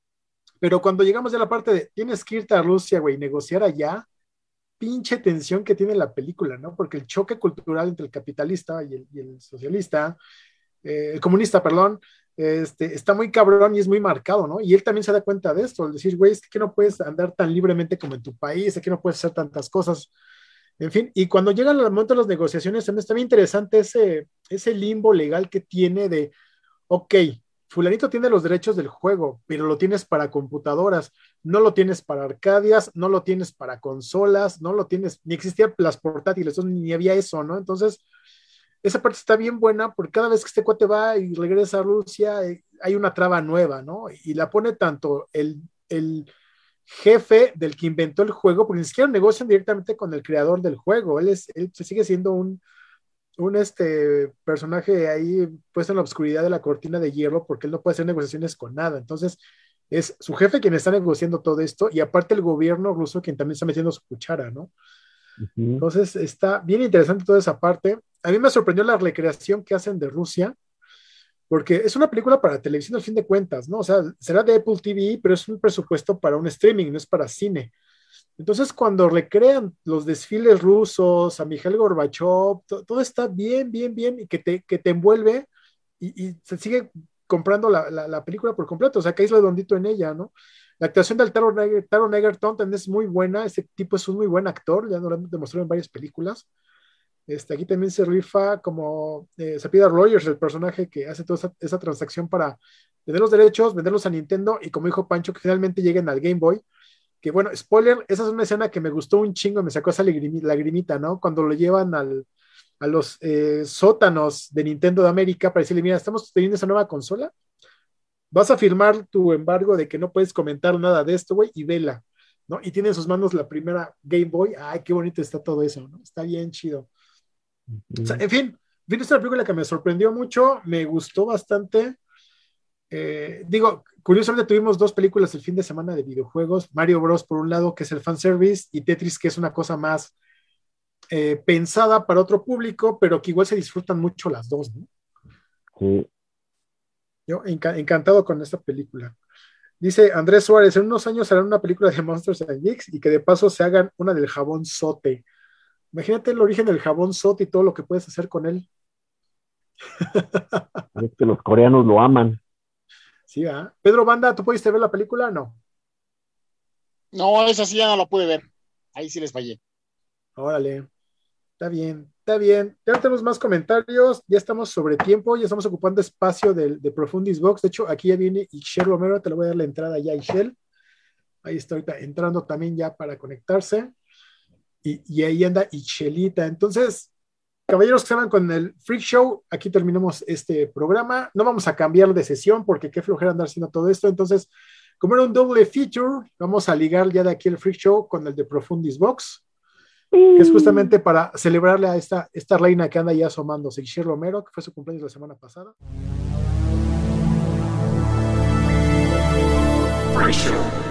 pero cuando llegamos a la parte de tienes que irte a Rusia, güey, negociar allá, pinche tensión que tiene la película, ¿no? Porque el choque cultural entre el capitalista y el, y el socialista, eh, el comunista, perdón, este, está muy cabrón y es muy marcado, ¿no? Y él también se da cuenta de esto, al decir, güey, es que no puedes andar tan libremente como en tu país, aquí no puedes hacer tantas cosas, en fin, y cuando llegan al momento de las negociaciones, también está bien interesante ese, ese limbo legal que tiene de, ok, fulanito tiene los derechos del juego, pero lo tienes para computadoras, no lo tienes para arcadias, no lo tienes para consolas, no lo tienes, ni existían las portátiles, ni había eso, ¿no? Entonces, esa parte está bien buena porque cada vez que este cuate va y regresa a Rusia, eh, hay una traba nueva, ¿no? Y la pone tanto el, el jefe del que inventó el juego, porque ni siquiera negocian directamente con el creador del juego, él, es, él sigue siendo un, un este, personaje ahí puesto en la oscuridad de la cortina de hierro porque él no puede hacer negociaciones con nada, entonces es su jefe quien está negociando todo esto y aparte el gobierno ruso quien también está metiendo su cuchara, ¿no? Uh-huh. Entonces está bien interesante toda esa parte. A mí me sorprendió la recreación que hacen de Rusia, porque es una película para televisión al fin de cuentas, ¿no? O sea, será de Apple T V, pero es un presupuesto para un streaming, no es para cine. Entonces, cuando recrean los desfiles rusos, a Mikhail Gorbachev, to, todo está bien, bien, bien, y que te, que te envuelve y, y se sigue comprando la, la, la película por completo, o sea, que es redondito en ella, ¿no? La actuación del Taron, Taron Egerton también es muy buena, ese tipo es un muy buen actor, ya lo han demostrado en varias películas. Este, aquí también se rifa como eh, Sapphire Rogers, el personaje que hace toda esa, esa transacción para vender los derechos, venderlos a Nintendo y como dijo Pancho, que finalmente lleguen al Game Boy. que bueno, spoiler, esa es una escena que me gustó un chingo, me sacó esa lagrimi- lagrimita, ¿no? Cuando lo llevan al, a los eh, sótanos de Nintendo de América para decirle, mira, estamos teniendo esa nueva consola, vas a firmar tu embargo de que no puedes comentar nada de esto, güey, y vela, ¿no? Y tiene en sus manos la primera Game Boy, ay, qué bonito está todo eso, ¿no? Está bien chido. O sea, en fin, en fin, es una película que me sorprendió mucho, me gustó bastante. Eh, digo, curiosamente tuvimos dos películas el fin de semana de videojuegos, Mario Bros. Por un lado, que es el fanservice, y Tetris, que es una cosa más eh, pensada para otro público, pero que igual se disfrutan mucho las dos, ¿no? Sí. Yo enca- encantado con esta película. Dice Andrés Suárez, en unos años harán una película de Monsters and Geeks y que de paso se hagan una del jabón sote. Imagínate el origen del jabón sote y todo lo que puedes hacer con él. Es que los coreanos lo aman. Sí, ¿ah? Pedro Banda, ¿tú pudiste ver la película? No. No, esa sí ya no la pude ver. Ahí sí les fallé. Órale. Está bien, está bien. Ya no tenemos más comentarios, ya estamos sobre tiempo, ya estamos ocupando espacio de, de Profundis Box. De hecho, aquí ya viene Ixchel Romero, te le voy a dar la entrada ya a Ixchel. Ahí está ahorita entrando también ya para conectarse. Y, y ahí anda Ixchelita. Entonces, caballeros que se van con el Freak Show, aquí terminamos este programa. No vamos a cambiar de sesión porque qué flojera andar haciendo todo esto. Entonces, como era un doble feature, vamos a ligar ya de aquí el Freak Show con el de Profundis Box, que es justamente para celebrarle a esta, esta reina que anda ya asomándose, Ixchel Romero, que fue su cumpleaños la semana pasada. Freak Show.